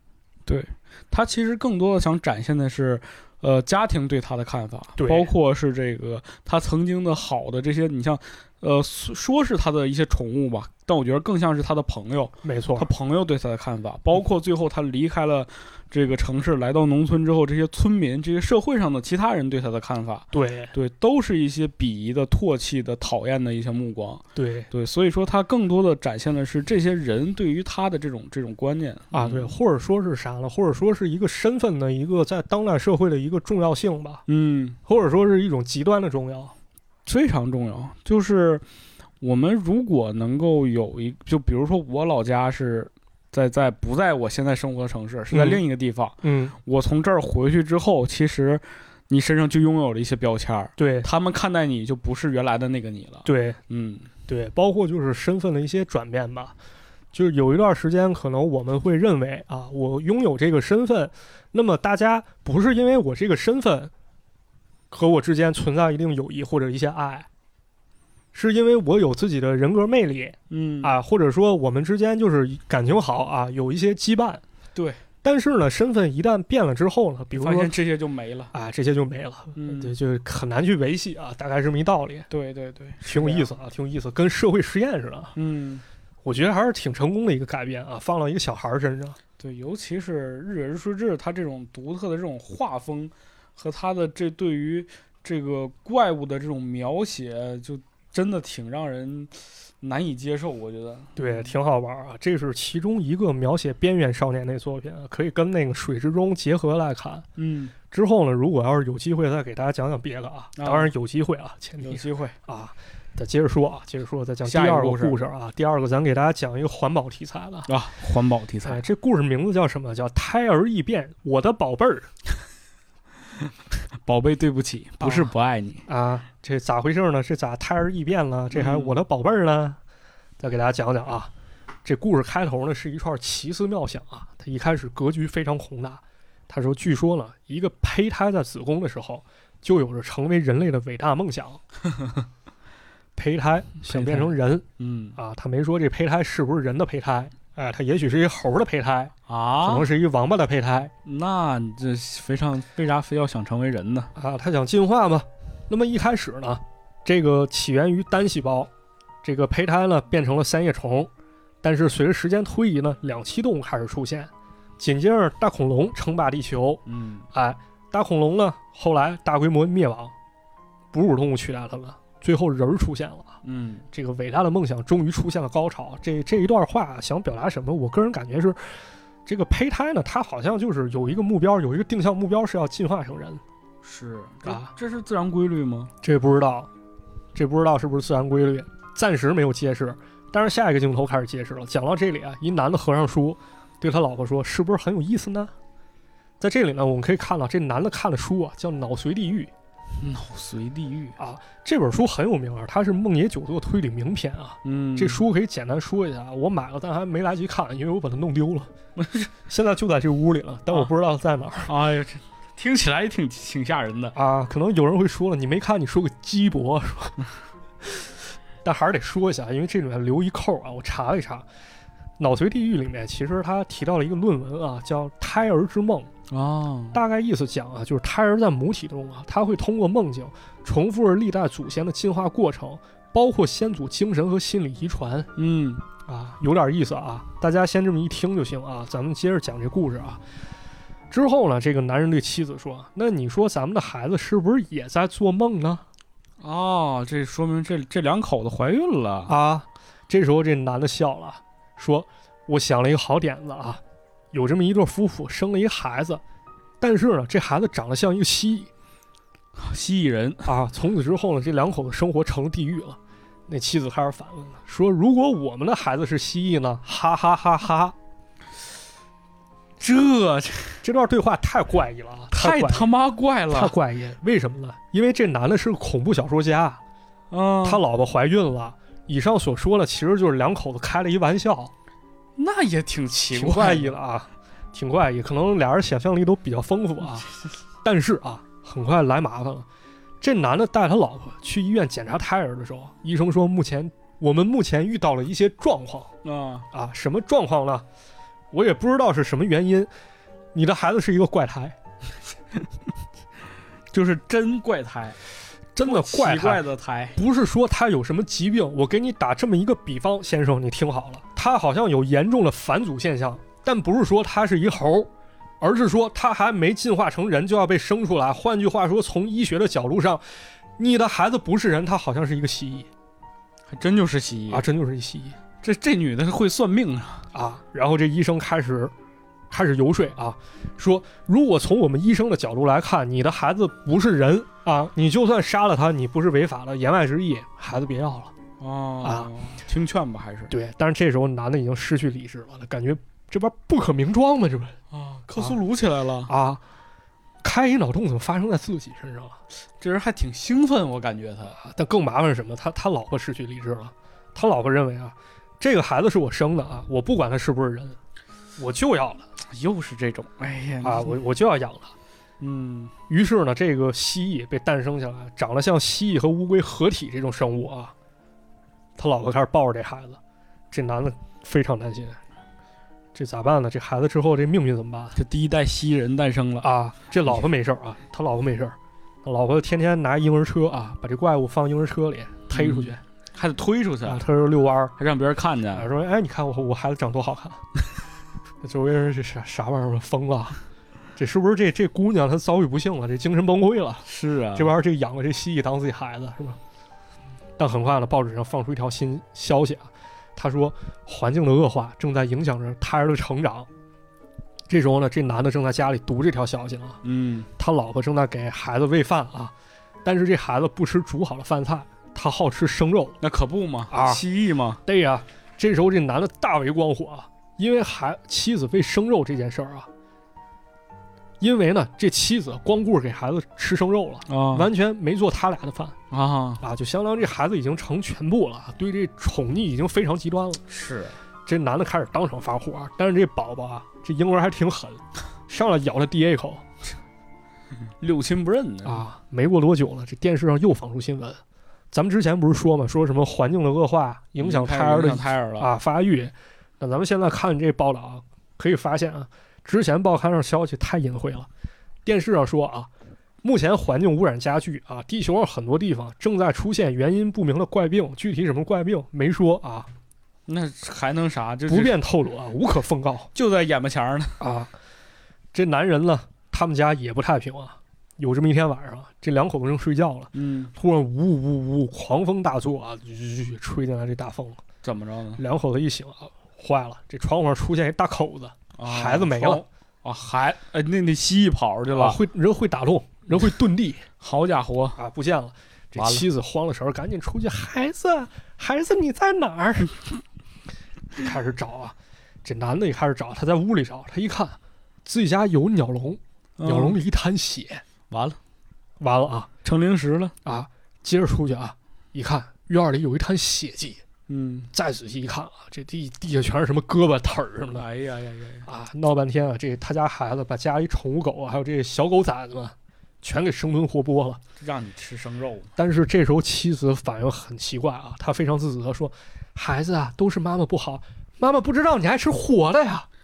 对，他其实更多的想展现的是家庭对他的看法， 对， 包括是这个他曾经的好的这些，你像说是他的一些宠物吧，但我觉得更像是他的朋友。 没错， 他朋友对他的看法，包括最后他离开了这个城市来到农村之后，这些村民这些社会上的其他人对他的看法， 对， 都是一些鄙夷的、唾弃的、讨厌的一些目光。 对， 所以说他更多的展现的是这些人对于他的这种观念啊，对，或者说是啥呢？或者说是一个身份的一个在当代社会的一个重要性吧，或者说是一种极端的重要， 非常重要。就是我们如果能够有就比如说我老家是不在我现在生活的城市，是在另一个地方，我从这儿回去之后，其实你身上就拥有了一些标签， 对， 他们看待你就不是原来的那个你了， 对，对，包括就是身份的一些转变吧。就是有一段时间，可能我们会认为啊，我拥有这个身份，那么大家不是因为我这个身份和我之间存在一定友谊或者一些爱，是因为我有自己的人格魅力，或者说我们之间就是感情好啊，有一些羁绊。 对。 但是呢，身份一旦变了之后呢，比如说发现这些就没了啊，这些就没了，对，就很难去维系啊，大概是这么一道理。 对对对， 挺有意思啊，挺有意思，跟社会实验似的。我觉得还是挺成功的一个改变啊，放到一个小孩身上。 对，尤其是日野日出志他这种独特的这种画风和他的这对于这个怪物的这种描写，就真的挺让人难以接受，我觉得。 对，挺好玩啊，这是其中一个描写边缘少年的作品，可以跟那个水之中结合来看。之后呢，如果要是有机会再给大家讲讲别的啊，当然有机会啊，前提有机会啊。再接着说，再讲第二个故事啊。第二个咱给大家讲一个环保题材的啊，环保题材。 这故事名字叫什么？叫胎儿异变，我的宝贝儿。 宝贝，对不起，不是不爱你啊。这咋回事呢？这咋胎儿异变了？这还我的宝贝儿呢？再给大家讲讲啊。这故事开头呢是一串奇思妙想啊。它一开始格局非常宏大。他说，据说呢，一个胚胎在子宫的时候就有着成为人类的伟大梦想。胚胎想变成人，他没说这胚胎是不是人的胚胎，它也许是一猴的胚胎啊，可能是一王八的胚胎。 那这为啥非要想成为人呢？ 啊，他想进化嘛。那么一开始呢，这个起源于单细胞，这个胚胎呢变成了三叶虫，但是随着时间推移呢，两栖动物开始出现，紧接着大恐龙称霸地球，大恐龙呢后来大规模灭亡，哺乳动物取代它们。最后人出现了，这个伟大的梦想终于出现了高潮。这一段话想表达什么？我个人感觉是，这个胚胎呢，它好像就是有一个目标，有一个定向目标是要进化成人。 是啊，这是自然规律吗？ 这不知道是不是自然规律，暂时没有揭示。但是下一个镜头开始揭示了。讲到这里啊，一男的合上书，对他老婆说：“是不是很有意思呢？”在这里呢，我们可以看到这男的看的书啊，叫《脑髓地狱》。 脑髓地狱啊，这本书很有名啊，它是梦野久作推理名篇啊。这书可以简单说一下，我买了，但还没来及看，因为我把它弄丢了。现在就在这屋里了，但我不知道在哪儿。 哎呀，听起来也挺吓人的啊。可能有人会说了，你没看，你说个鸡脖是吧？但还是得说一下，因为这里面留一扣啊，我查了一查，《脑髓地狱》里面其实他提到了一个论文啊，叫《胎儿之梦》。大概意思讲啊，就是胎儿在母体中啊，他会通过梦境重复着历代祖先的进化过程，包括先祖精神和心理遗传。有点意思啊，大家先这么一听就行啊。咱们接着讲这故事啊。之后呢，这个男人对妻子说：“那你说咱们的孩子是不是也在做梦呢？” 这说明这两口子怀孕了啊。这时候这男的笑了，说：“我想了一个好点子啊。有这么一对夫妇生了一孩子，但是呢，这孩子长得像一个蜥蜴人啊。从此之后呢，这两口子生活成了地狱了。”那妻子开始反问了，说：“如果我们的孩子是蜥蜴呢？”哈哈哈哈！这段对话太怪异了啊， 太他妈怪了， 太怪异。为什么呢？因为这男的是个恐怖小说家，他老婆怀孕了。以上所说的其实就是两口子开了一玩笑。 那也挺奇怪， 挺怪异了啊，挺怪异，可能俩人想象力都比较丰富啊。但是啊，很快来麻烦了。这男的带他老婆去医院检查胎儿的时候，医生说我们目前遇到了一些状况什么状况呢？我也不知道是什么原因， 你的孩子是一个怪胎， 就是真怪胎， 真的怪胎， 奇怪的胎， 不是说他有什么疾病。我给你打这么一个比方，先生，你听好了，他好像有严重的返祖现象，但不是说他是一猴，而是说他还没进化成人就要被生出来。换句话说，从医学的角度上，你的孩子不是人，他好像是一个蜥蜴， 还真就是蜥蜴啊，真就是一蜥蜴。 这女的会算命啊！然后这医生开始游说啊，说如果从我们医生的角度来看，你的孩子不是人啊，你就算杀了他，你不是违法的，言外之意，孩子别要了。 啊，听劝吧，还是对。但是这时候男的已经失去理智了，感觉这边不可名状嘛，这不克苏鲁起来了啊！开一脑洞怎么发生在自己身上了？ 这人还挺兴奋，我感觉他。 但更麻烦是什么？他老婆失去理智了，他老婆认为啊，这个孩子是我生的啊，我不管他是不是人，我就要了。 又是这种，哎呀啊，我就要养他。于是呢，这个蜥蜴被诞生下来，长得像蜥蜴和乌龟合体这种生物啊。他老婆开始抱着这孩子，这男的非常担心，这咋办呢？这孩子之后这命运怎么办？ 这第一代蜥蜴人诞生了啊！这老婆没事啊，他老婆没事，他老婆天天拿婴儿车啊，把这怪物放婴儿车里推出去， 还得推出去啊，他说遛弯， 还让别人看见， 说哎，你看我孩子长多好看。周围人这啥玩意儿？疯了！这是不是这姑娘她遭遇不幸了？这精神崩溃了？ 是啊， 这玩意儿这养了这蜥蜴当自己孩子是吧？但很快呢，报纸上放出一条新消息啊，他说环境的恶化正在影响着胎儿的成长。这时候呢，这男的正在家里读这条消息啊，他老婆正在给孩子喂饭啊，但是这孩子不吃煮好的饭菜，他好吃生肉。 那可不嘛啊， 蜥蜴嘛。 对呀，这时候这男的大为光火啊。因为妻子喂生肉这件事儿啊，因为呢这妻子光顾着给孩子吃生肉了啊，完全没做他俩的饭啊，就相当于这孩子已经成全部了，对这宠溺已经非常极端了。 是， 这男的开始当场发火，但是这宝宝啊，这婴儿还挺狠，上来咬了第一口， 六亲不认的啊。没过多久呢，这电视上又放出新闻，咱们之前不是说嘛，说什么环境的恶化影响胎儿的啊发育。那咱们现在看这报道啊，可以发现啊，之前报刊上消息太隐晦了。电视上说啊，目前环境污染加剧啊，地球上很多地方正在出现原因不明的怪病，具体什么怪病没说啊。 那还能啥？就是不便透露啊，无可奉告， 就在眼巴前呢啊。这男人呢，他们家也不太平啊。有这么一天晚上，这两口子正睡觉了，突然呜狂风大作啊，吹进来这大风， 怎么着呢？ 两口子一醒啊。坏了，这窗户上出现一大口子，孩子没了啊！那蜥蜴跑出去了， 人会打洞，人会遁地， 好家伙啊，不见了！这妻子慌了神，赶紧出去，孩子你在哪儿？开始找啊，这男的也开始找，他在屋里找，他一看自己家有鸟笼，鸟笼里一滩血， 完了啊， 成零食了啊！接着出去啊，一看院里有一滩血迹。再仔细一看啊，这地下全是什么胳膊腿儿什么的， 哎呀啊，闹半天啊，这他家孩子把家里宠物狗啊，还有这小狗崽子们，全给生吞活剥了， 让你吃生肉。 但是这时候妻子反应很奇怪啊，她非常自责说：“孩子啊，都是妈妈不好，妈妈不知道你爱吃活的呀。”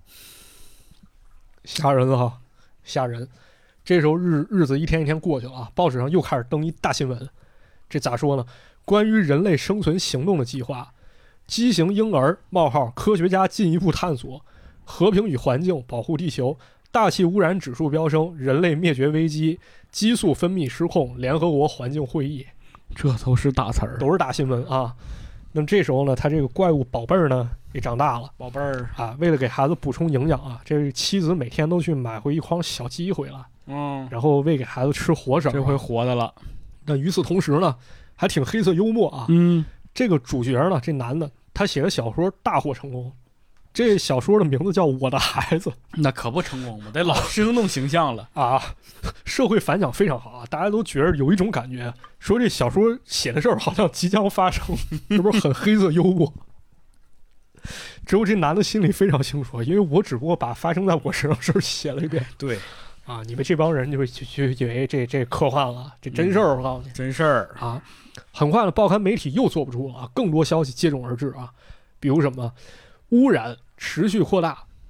吓人了哈，吓人。这时候日子一天一天过去了啊，报纸上又开始登一大新闻，这咋说呢？关于人类生存行动的计划，畸形婴儿：科学家进一步探索，和平与环境，保护地球，大气污染指数飙升，人类灭绝危机，激素分泌失控，联合国环境会议， 这都是大词儿， 都是大新闻啊。那么这时候呢，他这个怪物宝贝儿呢也长大了， 宝贝儿啊，为了给孩子补充营养啊，这妻子每天都去买回一筐小鸡回来，然后喂给孩子吃活食， 这回活的了。 那与此同时呢，还挺黑色幽默啊。这个主角呢，这男的他写的小说大获成功，这小说的名字叫《我的孩子》， 那可不成功吗？得老生动形象了啊！社会反响非常好啊，大家都觉得有一种感觉，说这小说写的事儿好像即将发生，是不是很黑色幽默？只有这男的心里非常清楚，因为我只不过把发生在我身上的事儿写了一遍。 对。 啊！你们这帮人就以为这科幻了，这真事儿，我告诉你， 真事儿啊！很快呢，报刊媒体又坐不住了啊，更多消息接踵而至啊，比如什么污染持续扩大，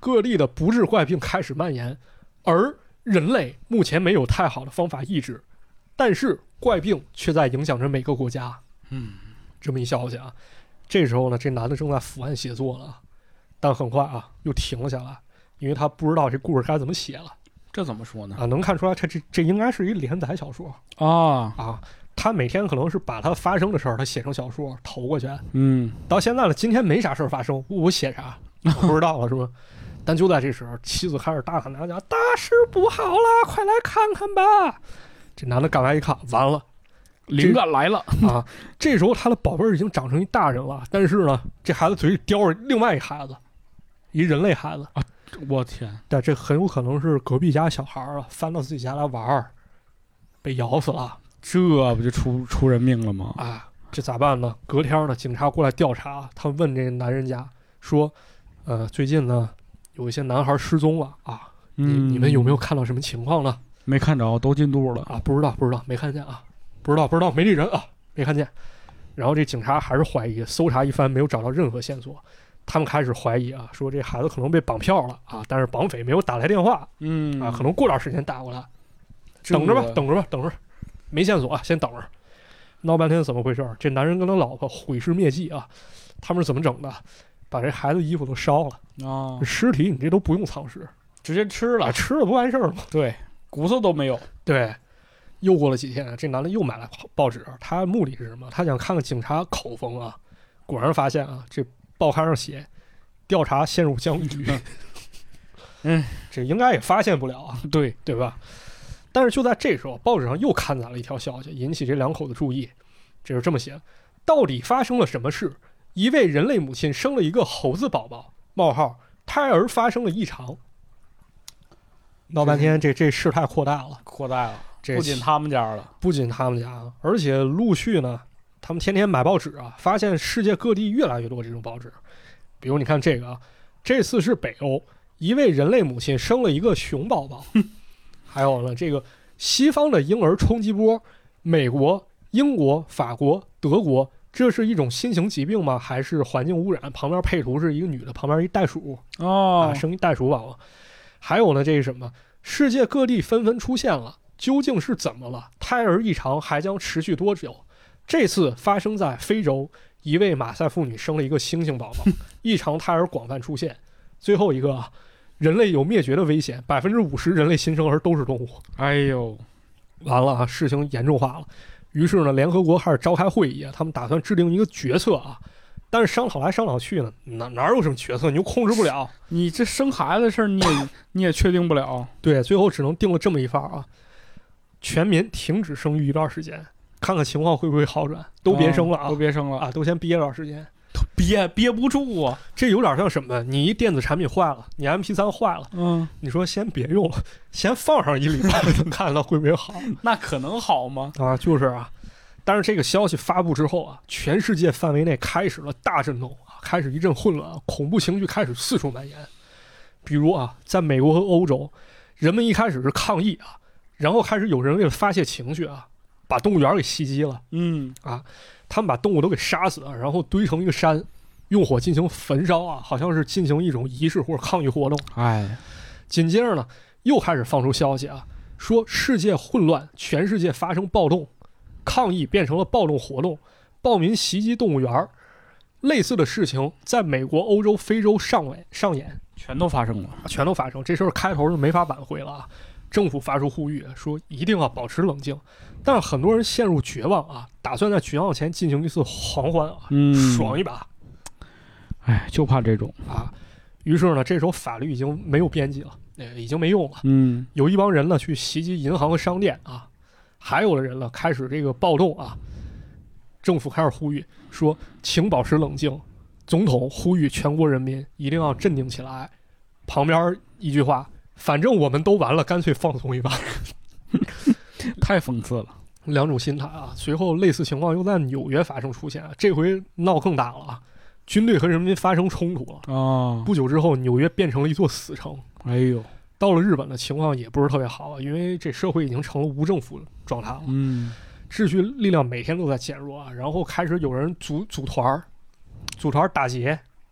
各地的不治怪病开始蔓延，而人类目前没有太好的方法抑制，但是怪病却在影响着每个国家。这么一消息啊。这时候呢，这男的正在伏案写作了，但很快啊又停了下来，因为他不知道这故事该怎么写了。 这怎么说呢？ 能看出来这应该是一连载小说啊。 他每天可能是把他发生的事儿他写成小说投过去。到现在了，今天没啥事儿发生，我写啥我不知道了是吧？但就在这时候，妻子开始大喊大叫：“大事不好了，快来看看吧！”这男的赶来一看，完了， 灵感来了啊！这时候他的宝贝儿已经长成一大人了，但是呢，这孩子嘴里叼着另外一孩子，一人类孩子啊！ 我天！ 但这很有可能是隔壁家小孩啊，翻到自己家来玩儿，被咬死了， 这不就出人命了吗？ 啊，这咋办呢？隔天呢，警察过来调查，他问这个男人家说，最近呢有一些男孩失踪了啊，你们有没有看到什么情况呢？ 没看着，都进肚了啊，不知道，没看见啊，不知道，没这人啊，没看见。然后这警察还是怀疑，搜查一番没有找到任何线索。他们开始怀疑啊，说这孩子可能被绑票了啊，但是绑匪没有打来电话，可能过段时间打过来，等着吧，没线索啊，先等着。闹半天怎么回事？这男人跟他老婆毁尸灭迹啊，他们是怎么整的？把这孩子衣服都烧了啊，尸体你这都不用藏尸， 直接吃了， 吃了不完事儿吗？ 对，骨头都没有。 对，又过了几天，这男的又买了报纸，他目的是什么？他想看看警察口风啊，果然发现啊，这报刊上写调查陷入僵局。这应该也发现不了啊，对吧？但是就在这时候，报纸上又刊载了一条消息，引起这两口子注意。这是这么写：到底发生了什么事？一位人类母亲生了一个猴子宝宝，胎儿发生了异常。闹半天，这事态扩大了。 不仅他们家了， 而且陆续呢，他们天天买报纸啊，发现世界各地越来越多这种报纸。比如你看这个啊，这次是北欧，一位人类母亲生了一个熊宝宝。还有呢，这个西方的婴儿冲击波，美国、英国、法国、德国，这是一种新型疾病吗？还是环境污染？旁边配图是一个女的，旁边一袋鼠生一袋鼠宝宝。还有呢，这是什么？世界各地纷纷出现了，究竟是怎么了？胎儿异常还将持续多久？这次发生在非洲，一位马赛妇女生了一个猩猩宝宝，异常胎儿广泛出现。最后一个啊，人类有灭绝的危险，50%人类新生儿都是动物。 哎呦， 完了啊，事情严重化了。于是呢，联合国开始召开会议啊，他们打算制定一个决策啊。但是商讨来商讨去呢，哪有什么决策，你又控制不了。 你这生孩子的事儿，你也确定不了。 对，最后只能定了这么一法啊：全民停止生育一段时间，看看情况会不会好转。都别生了啊，都先憋段时间。 憋不住啊！ 这有点像什么？你一电子产品坏了，你 MP3 坏了，你说先别用了，先放上1礼拜，看它会不会好？ 那可能好吗？ 啊，就是啊。但是这个消息发布之后啊，全世界范围内开始了大震动啊，开始一阵混乱，恐怖情绪开始四处蔓延。比如啊，在美国和欧洲，人们一开始是抗议啊，然后开始有人为了发泄情绪啊，把动物园给袭击了。他们把动物都给杀死了，然后堆成一个山，用火进行焚烧啊，好像是进行一种仪式或者抗议活动。紧接着呢，又开始放出消息啊，说世界混乱，全世界发生暴动，抗议变成了暴动活动，暴民袭击动物园，类似的事情在美国、欧洲、非洲上演， 全都发生了。 这事儿开头就没法挽回了啊！政府发出呼吁，说一定要保持冷静。但是很多人陷入绝望啊，打算在绝望前进行一次狂欢啊，爽一把。 就怕这种啊。于是呢，这时候法律已经没有边际了，已经没用了。有一帮人呢去袭击银行和商店啊，还有的人呢开始这个暴动啊。政府开始呼吁说，请保持冷静。总统呼吁全国人民一定要镇定起来。旁边一句话，反正我们都完了，干脆放松一把。 太讽刺了， 两种心态啊。随后类似情况又在纽约发生出现，这回闹更大了啊！军队和人民发生冲突了啊！不久之后，纽约变成了一座死城。 哎呦， 到了日本的情况也不是特别好啊，因为这社会已经成了无政府状态了。秩序力量每天都在减弱啊，然后开始有人组团打劫，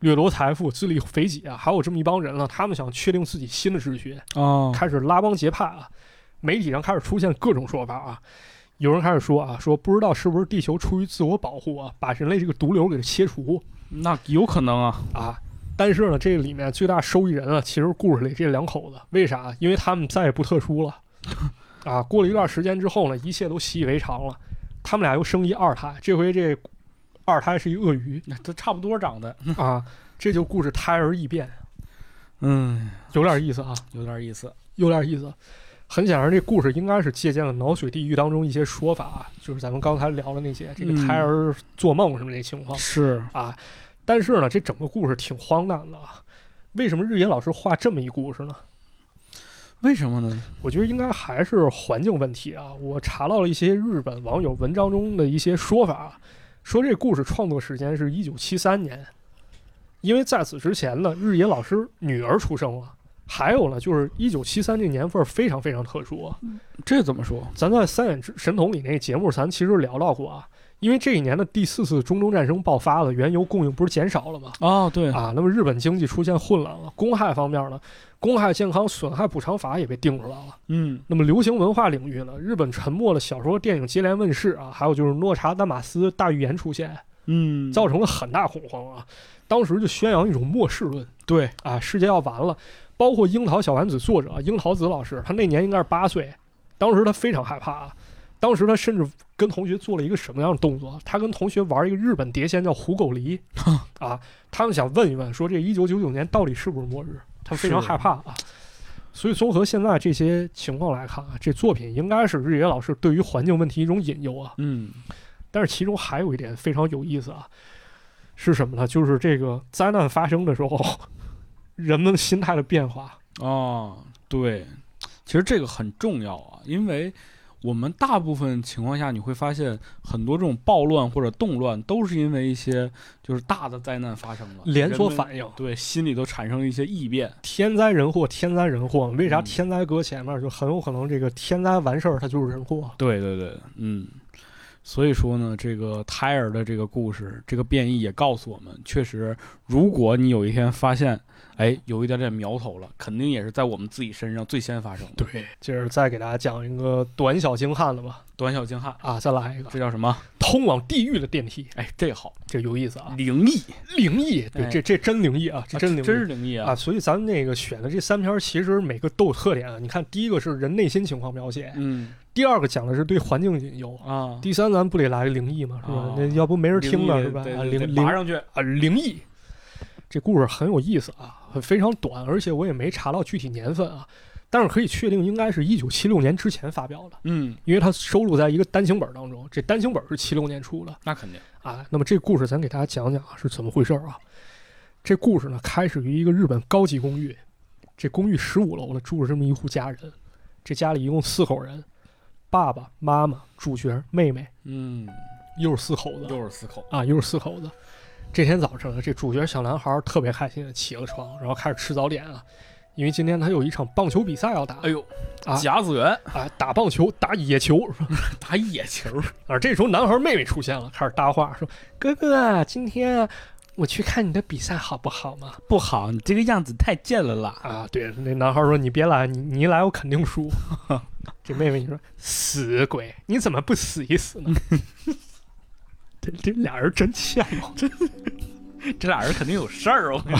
掠夺财富、自立肥己啊，还有这么一帮人了，他们想确定自己新的秩序开始拉帮结派啊。媒体上开始出现各种说法啊，有人开始说啊，说不知道是不是地球出于自我保护啊，把人类这个毒瘤给切除。 那有可能啊。但是呢，这个里面最大受益人啊，其实故事里这2口子，为啥？因为他们再也不特殊了啊。过了一段时间之后呢，一切都习以为常了。他们俩又生一2胎，这回这2胎是一鳄鱼， 都差不多长的啊。这就故事胎儿异变，有点意思啊， 有点意思。 很显然，这故事应该是借鉴了《脑水地狱》当中一些说法，就是咱们刚才聊的那些，这个胎儿做梦什么这情况是啊。但是呢，这整个故事挺荒诞的啊。为什么日野老师画这么一故事呢？ 为什么呢？ 我觉得应该还是环境问题啊。我查到了一些日本网友文章中的一些说法，说这故事创作时间是1973年，因为在此之前呢，日野老师女儿出生了。还有呢，就是1973这年份非常非常特殊啊。 这怎么说？ 咱在《三眼神童》里那节目，咱其实聊到过啊。因为这一年的第4次中东战争爆发了，原油供应不是减少了吗？ 对啊，那么日本经济出现混乱了。公害方面呢，公害健康损害补偿法也被定出来了。那么流行文化领域呢，日本沉默的小说、电影接连问世啊，还有就是诺查丹马斯大预言出现，造成了很大恐慌啊。当时就宣扬一种末世论， 对啊，世界要完了。包括樱桃小丸子作者樱桃子老师，他那年应该是8岁，当时他非常害怕啊。当时他甚至跟同学做了一个什么样的动作？他跟同学玩一个日本碟仙叫虎狗狸啊，他们想问一问，说这1999年到底是不是末日？他非常害怕啊。所以综合现在这些情况来看啊，这作品应该是日野老师对于环境问题一种引诱啊。但是其中还有一点非常有意思啊，是什么呢？就是这个灾难发生的时候，人们心态的变化对，其实这个很重要啊，因为我们大部分情况下你会发现很多这种暴乱或者动乱都是因为一些就是大的灾难发生了， 连锁反应， 对，心里都产生了一些异变。 天灾人祸，天灾人祸，为啥天灾搁前面，就很有可能这个天灾完事儿它就是人祸。 对，所以说呢，这个胎儿的这个故事，这个变异也告诉我们，确实如果你有一天发现有一点点苗头了，肯定也是在我们自己身上最先发生的。 对，接着再给大家讲一个短小精悍的吧。 短小精悍啊，再来一个， 这叫什么？ 通往地狱的电梯。 这好， 这有意思啊。 灵异， 对，这真灵异啊，这真是灵异啊。 所以咱们那个选的这3篇，其实每个都有特点啊。你看，第一个是人内心情况描写，第二个讲的是对环境引诱啊， 第3咱不得来灵异嘛，是吧？那要不没人听了是吧？ 爬上去啊，灵异。这故事很有意思啊，非常短，而且我也没查到具体年份啊，但是可以确定应该是1976年之前发表的。因为它收录在一个单行本当中，这单行本是76年出的。 那肯定啊。那么这故事咱给大家讲讲是怎么回事啊？这故事呢开始于一个日本高级公寓，这公寓15楼呢住着这么一户家人，这家里一共4口人，爸爸妈妈、主角、妹妹，又是4口子，又是4口子。这天早上呢，这主角小男孩特别开心的起了床，然后开始吃早点啊，因为今天他有一场棒球比赛要打。 甲子园啊，打棒球，打野球， 打野球。 这时候男孩妹妹出现了，开始搭话说：“哥哥，今天我去看你的比赛好不好嘛？”“ 不好，你这个样子太贱了啦！” 啊，对，那男孩说：“你别来，你一来我肯定输。”这妹妹你说：“死鬼，你怎么不死一死呢？”这俩人真欠哦， 这俩人肯定有事儿哦。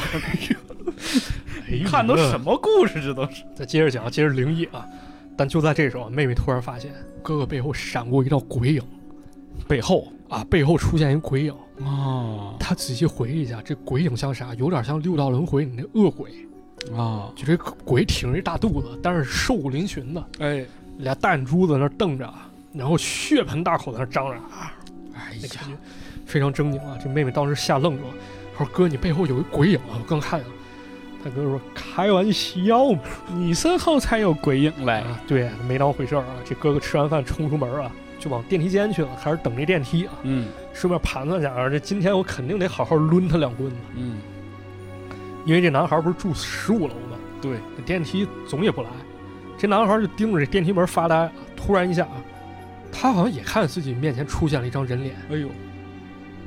看都什么故事，这都是。 再接着讲，接着灵异啊！但就在这时候，妹妹突然发现哥哥背后闪过一道鬼影，背后出现一个鬼影啊！她仔细回忆一下，这鬼影像啥？有点像六道轮回里那恶鬼啊！就这鬼挺着一大肚子，但是瘦骨嶙峋的，俩大眼珠子那瞪着，然后血盆大口在那张着啊！那感觉非常狰狞啊！这妹妹当时吓愣住了，说：“哥，你背后有一鬼影啊！”我刚看见了。他哥说：“开玩笑嘛， 你身后才有鬼影来。” 对，没当回事啊。这哥哥吃完饭冲出门啊，就往电梯间去了，开始等这电梯啊。顺便盘算下，这今天我肯定得好好抡他2棍子。因为这男孩不是住15楼吗？ 对， 这电梯总也不来，这男孩就盯着这电梯门发呆。突然一下啊，他好像也看自己面前出现了一张人脸。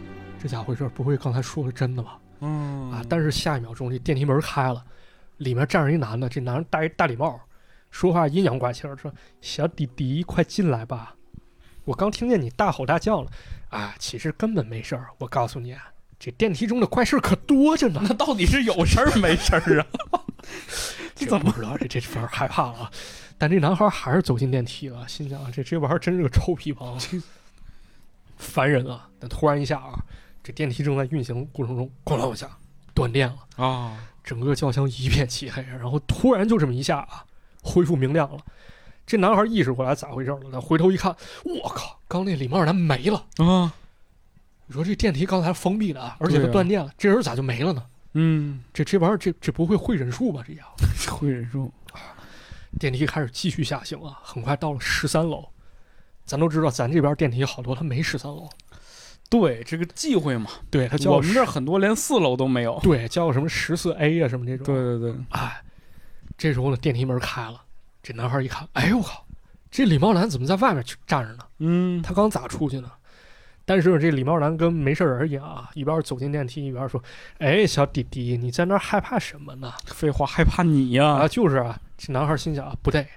这咋回事？不会刚才说的真的吧？但是下一秒钟这电梯门开了，里面站着一男的，这男人戴一大礼帽，说话阴阳怪气说：“小弟弟，快进来吧！我刚听见你大吼大叫了啊，其实根本没事儿。我告诉你啊，这电梯中的怪事可多着呢。 那到底是有事儿没事儿啊？ 这怎么不知道？这反而害怕了。但这男孩还是走进电梯了，心想这玩意儿真是个臭皮包，烦人啊！但突然一下啊，这电梯正在运行过程中，咣啷一下断电了啊！整个轿厢一片漆黑，然后突然就这么一下啊，恢复明亮了。这男孩意识过来咋回事了，他回头一看，我靠，刚那礼帽男没了啊！你说这电梯刚才封闭的，而且它断电了，这人咋就没了呢？这玩意儿这不会会忍术吧？这家伙会忍术。 电梯开始继续下行啊，很快到了13楼。咱都知道，咱这边电梯好多它没13楼。 对，这个忌讳嘛。 对，它叫我们这很多连4楼都没有。 对，叫什么14A 啊什么这种。 对。 哎，这时候呢，电梯门开了，这男孩一看，哎呦我靠，这礼帽男怎么在外面站着呢？他刚咋出去呢？但是这礼帽男跟没事人一样啊，一边走进电梯一边说：“哎，小弟弟，你在那儿害怕什么呢？” 废话，害怕你呀！ 啊，就是啊。这男孩心想啊，不对，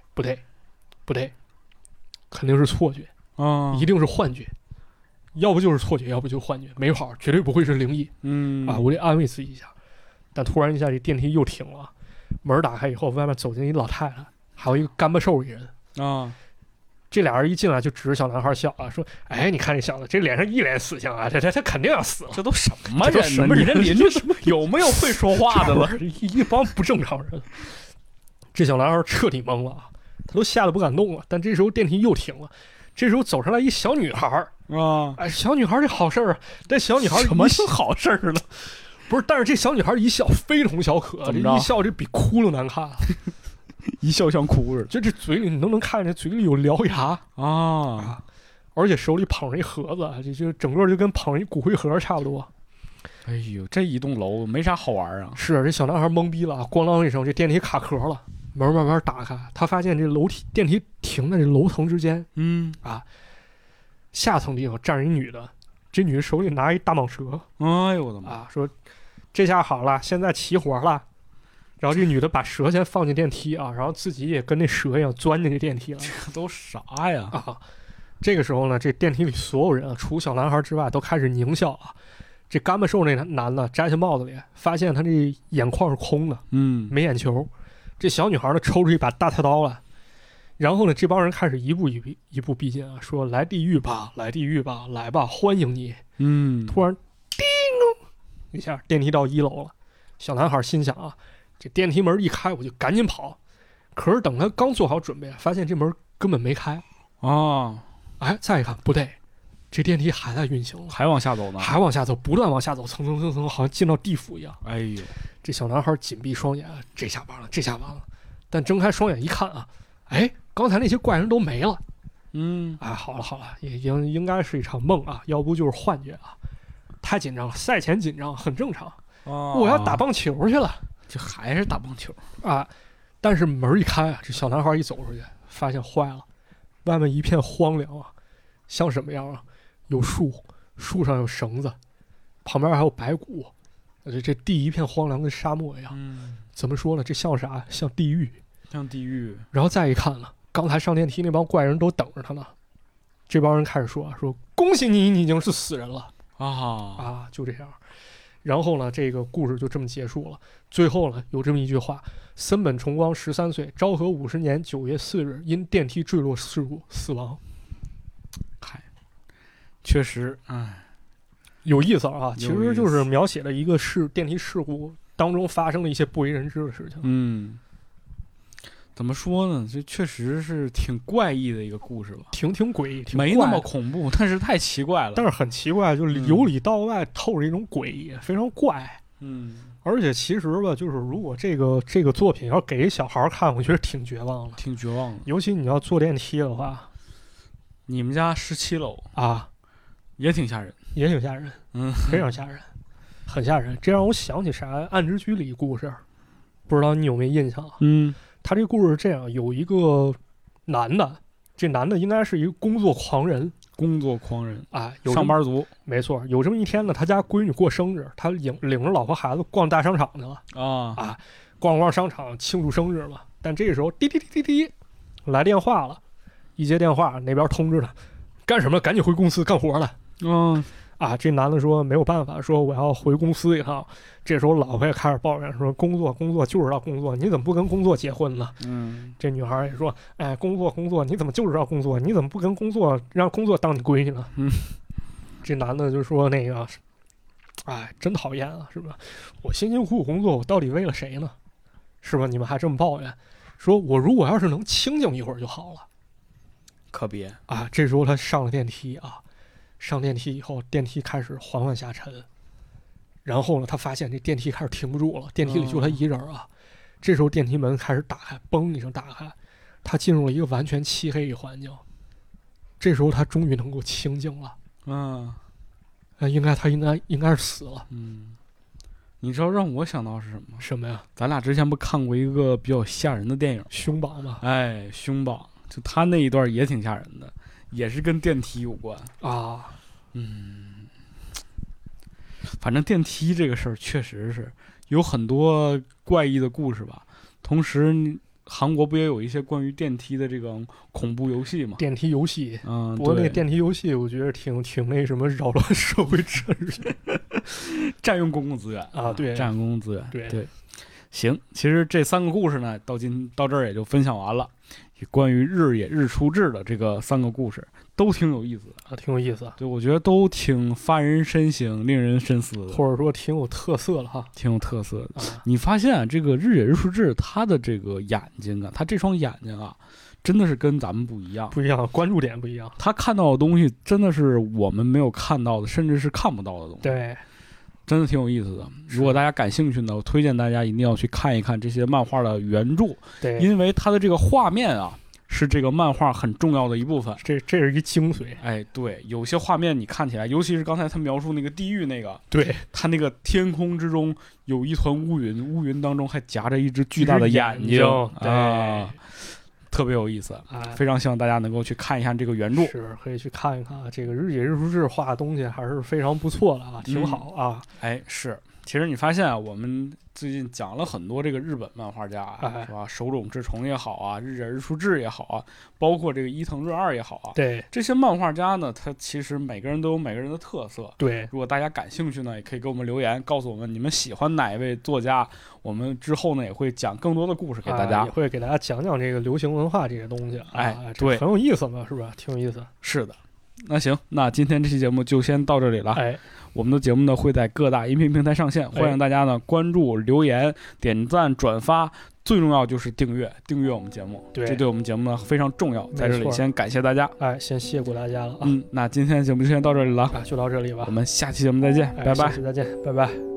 肯定是错觉啊，一定是幻觉，要不就是错觉，要不就是幻觉，没好，绝对不会是灵异。我得安慰自己一下。但突然一下，这电梯又停了，门打开以后，外面走进一老太太，还有一个干巴瘦一人啊。这俩人一进来就指着小男孩笑啊，说：“哎，你看这小子，这脸上一脸死相啊，他肯定要死了。 这都什么人呢？你这邻居有没有会说话的了？ 一帮不正常人。”这小男孩彻底懵了，他都吓得不敢动了。但这时候电梯又停了，这时候走上来一小女孩啊，哎，小女孩这好事儿啊！这小女孩什么是好事儿了？ 不是，但是这小女孩一笑非同小可，这一笑这比哭了难看。 一笑像哭似的， 就这嘴里你都能看见嘴里有獠牙啊，而且手里捧着一盒子，就整个就跟捧着一骨灰盒差不多。 哎呦，这一栋楼没啥好玩啊！ 是这小男孩懵逼了，咣啷一声，这电梯卡壳了，门慢慢打开，他发现这电梯停在这楼层之间，下层地方站着一女的，这女的手里拿一大蟒蛇， 哎呦我的妈！ 说这下好了，现在齐活了。然后这女的把蛇先放进电梯啊，然后自己也跟那蛇一样钻进这电梯了。 这都啥呀？ 这个时候呢，这电梯里所有人啊，除小男孩之外，都开始狞笑啊。这干巴瘦那男的摘下帽子脸，发现他这眼眶是空的，没眼球。这小女孩呢，抽出一把大菜刀来，然后呢，这帮人开始一步一步逼近啊，说来地狱吧，来地狱吧，来吧，欢迎你。突然叮一下，电梯到1楼了。小男孩心想啊，这电梯门一开，我就赶紧跑。可是等他刚做好准备，发现这门根本没开啊！哎，再一看，不对，这电梯还在运行， 还往下走呢， 还往下走，不断往下走，蹭蹭蹭蹭，好像进到地府一样。 哎呦， 这小男孩紧闭双眼，这下完了，这下完了。但睁开双眼一看啊，哎，刚才那些怪人都没了。哎，好了好了，应该是一场梦啊，要不就是幻觉啊。太紧张了，赛前紧张很正常。我要打棒球去了， 这还是打棒球啊！但是门一开啊，这小男孩一走出去，发现坏了，外面一片荒凉啊，像什么样啊？有树，树上有绳子，旁边还有白骨，这地一片荒凉，跟沙漠一样。怎么说呢？这像啥？像地狱， 像地狱。 然后再一看呢，刚才上电梯那帮怪人都等着他呢。这帮人开始说恭喜你，你已经是死人了啊！就这样。然后呢，这个故事就这么结束了。最后呢，有这么一句话：森本重光13岁，昭和50年9月4日因电梯坠落事故死亡。 确实， 有意思啊！其实就是描写了一个电梯事故当中发生了一些不为人知的事情。 怎么说呢？这确实是挺怪异的一个故事吧， 挺诡异， 没那么恐怖，但是太奇怪了。 但是很奇怪，就是由里到外透着一种诡异，非常怪。而且其实吧，就是如果这个作品要给小孩看，我觉得挺绝望的， 挺绝望的。 尤其你要坐电梯的话， 你们家17楼啊， 也挺吓人， 也挺吓人，非常吓人，很吓人。这让我想起啥？《暗之居》里故事，不知道你有没有印象？他这故事是这样：有一个男的，这男的应该是一个工作狂人工作狂人啊， 上班族。 没错，有这么一天呢，他家闺女过生日，他领着老婆孩子逛大商场去了逛商场庆祝生日嘛。但这个时候滴滴滴滴滴来电话了，一接电话那边通知他干什么，赶紧回公司干活了。这男的说没有办法，说我要回公司一趟。这时候老婆也开始抱怨说工作就是要工作，你怎么不跟工作结婚呢？这女孩也说工作你怎么就是要工作，你怎么不跟工作让工作当你闺女呢？这男的就说那个真讨厌啊，是吧？我辛辛苦苦工作，我到底为了谁呢？是吧？你们还这么抱怨，说我如果要是能清静一会儿就好了。 可别这时候他上了电梯上电梯以后，电梯开始缓缓下沉，然后呢，他发现这电梯开始停不住了，电梯里就他一人这时候电梯门开始打开，嘣一声打开，他进入了一个完全漆黑的环境。这时候他终于能够清静了。他应该是死了。 你知道让我想到是什么？ 什么呀？ 咱俩之前不看过一个比较吓人的电影《 凶榜》吗？ 凶榜，就他那一段也挺吓人的。也是跟电梯有关反正电梯这个事儿确实是有很多怪异的故事吧。同时韩国不也有一些关于电梯的这个恐怖游戏吗？ 电梯游戏不过那个电梯游戏我觉得挺那什么，扰乱社会秩序占用公共资源对， 占用公共资源。 对， 行，其实这3个故事呢到这儿也就分享完了。关于日野日出志的这个3个故事都挺有意思的挺有意思。 对，我觉得都挺发人深省，令人深思的， 或者说挺有特色的挺有特色的。你发现这个日野日出志他的这个眼睛他这双眼睛真的是跟咱们不一样， 关注点不一样。 他看到的东西真的是我们没有看到的，甚至是看不到的东西。 对， 真的挺有意思的。如果大家感兴趣呢，我推荐大家一定要去看一看这些漫画的原著。 对， 因为它的这个画面是这个漫画很重要的一部分。 这是一精髓。 对，有些画面你看起来，尤其是刚才他描述那个地狱那个， 对， 他那个天空之中有一团乌云，乌云当中还夹着一只巨大的眼睛特别有意思。非常希望大家能够去看一看这个原著， 是可以去看一看这个日野日出志画的东西还是非常不错的挺好是。其实你发现我们最近讲了很多这个日本漫画家是吧？手冢治虫也好日野日出志也好包括这个伊藤润二也好对， 这些漫画家呢，他其实每个人都有每个人的特色。 对， 如果大家感兴趣呢，也可以给我们留言，告诉我们你们喜欢哪一位作家。我们之后呢也会讲更多的故事给大家， 也会给大家讲讲这个流行文化这些东西对， 很有意思嘛，是吧？挺有意思。 是的。那行，那今天这期节目就先到这里了。我们的节目呢会在各大音频平台上线，欢迎大家呢关注、留言、点赞、转发，最重要就是订阅我们节目。对，这对我们节目呢非常重要。在这里先感谢大家， 先谢过大家了那今天的节目就先到这里了， 就到这里吧。 我们下期节目再见，拜拜。 下期再见，拜拜。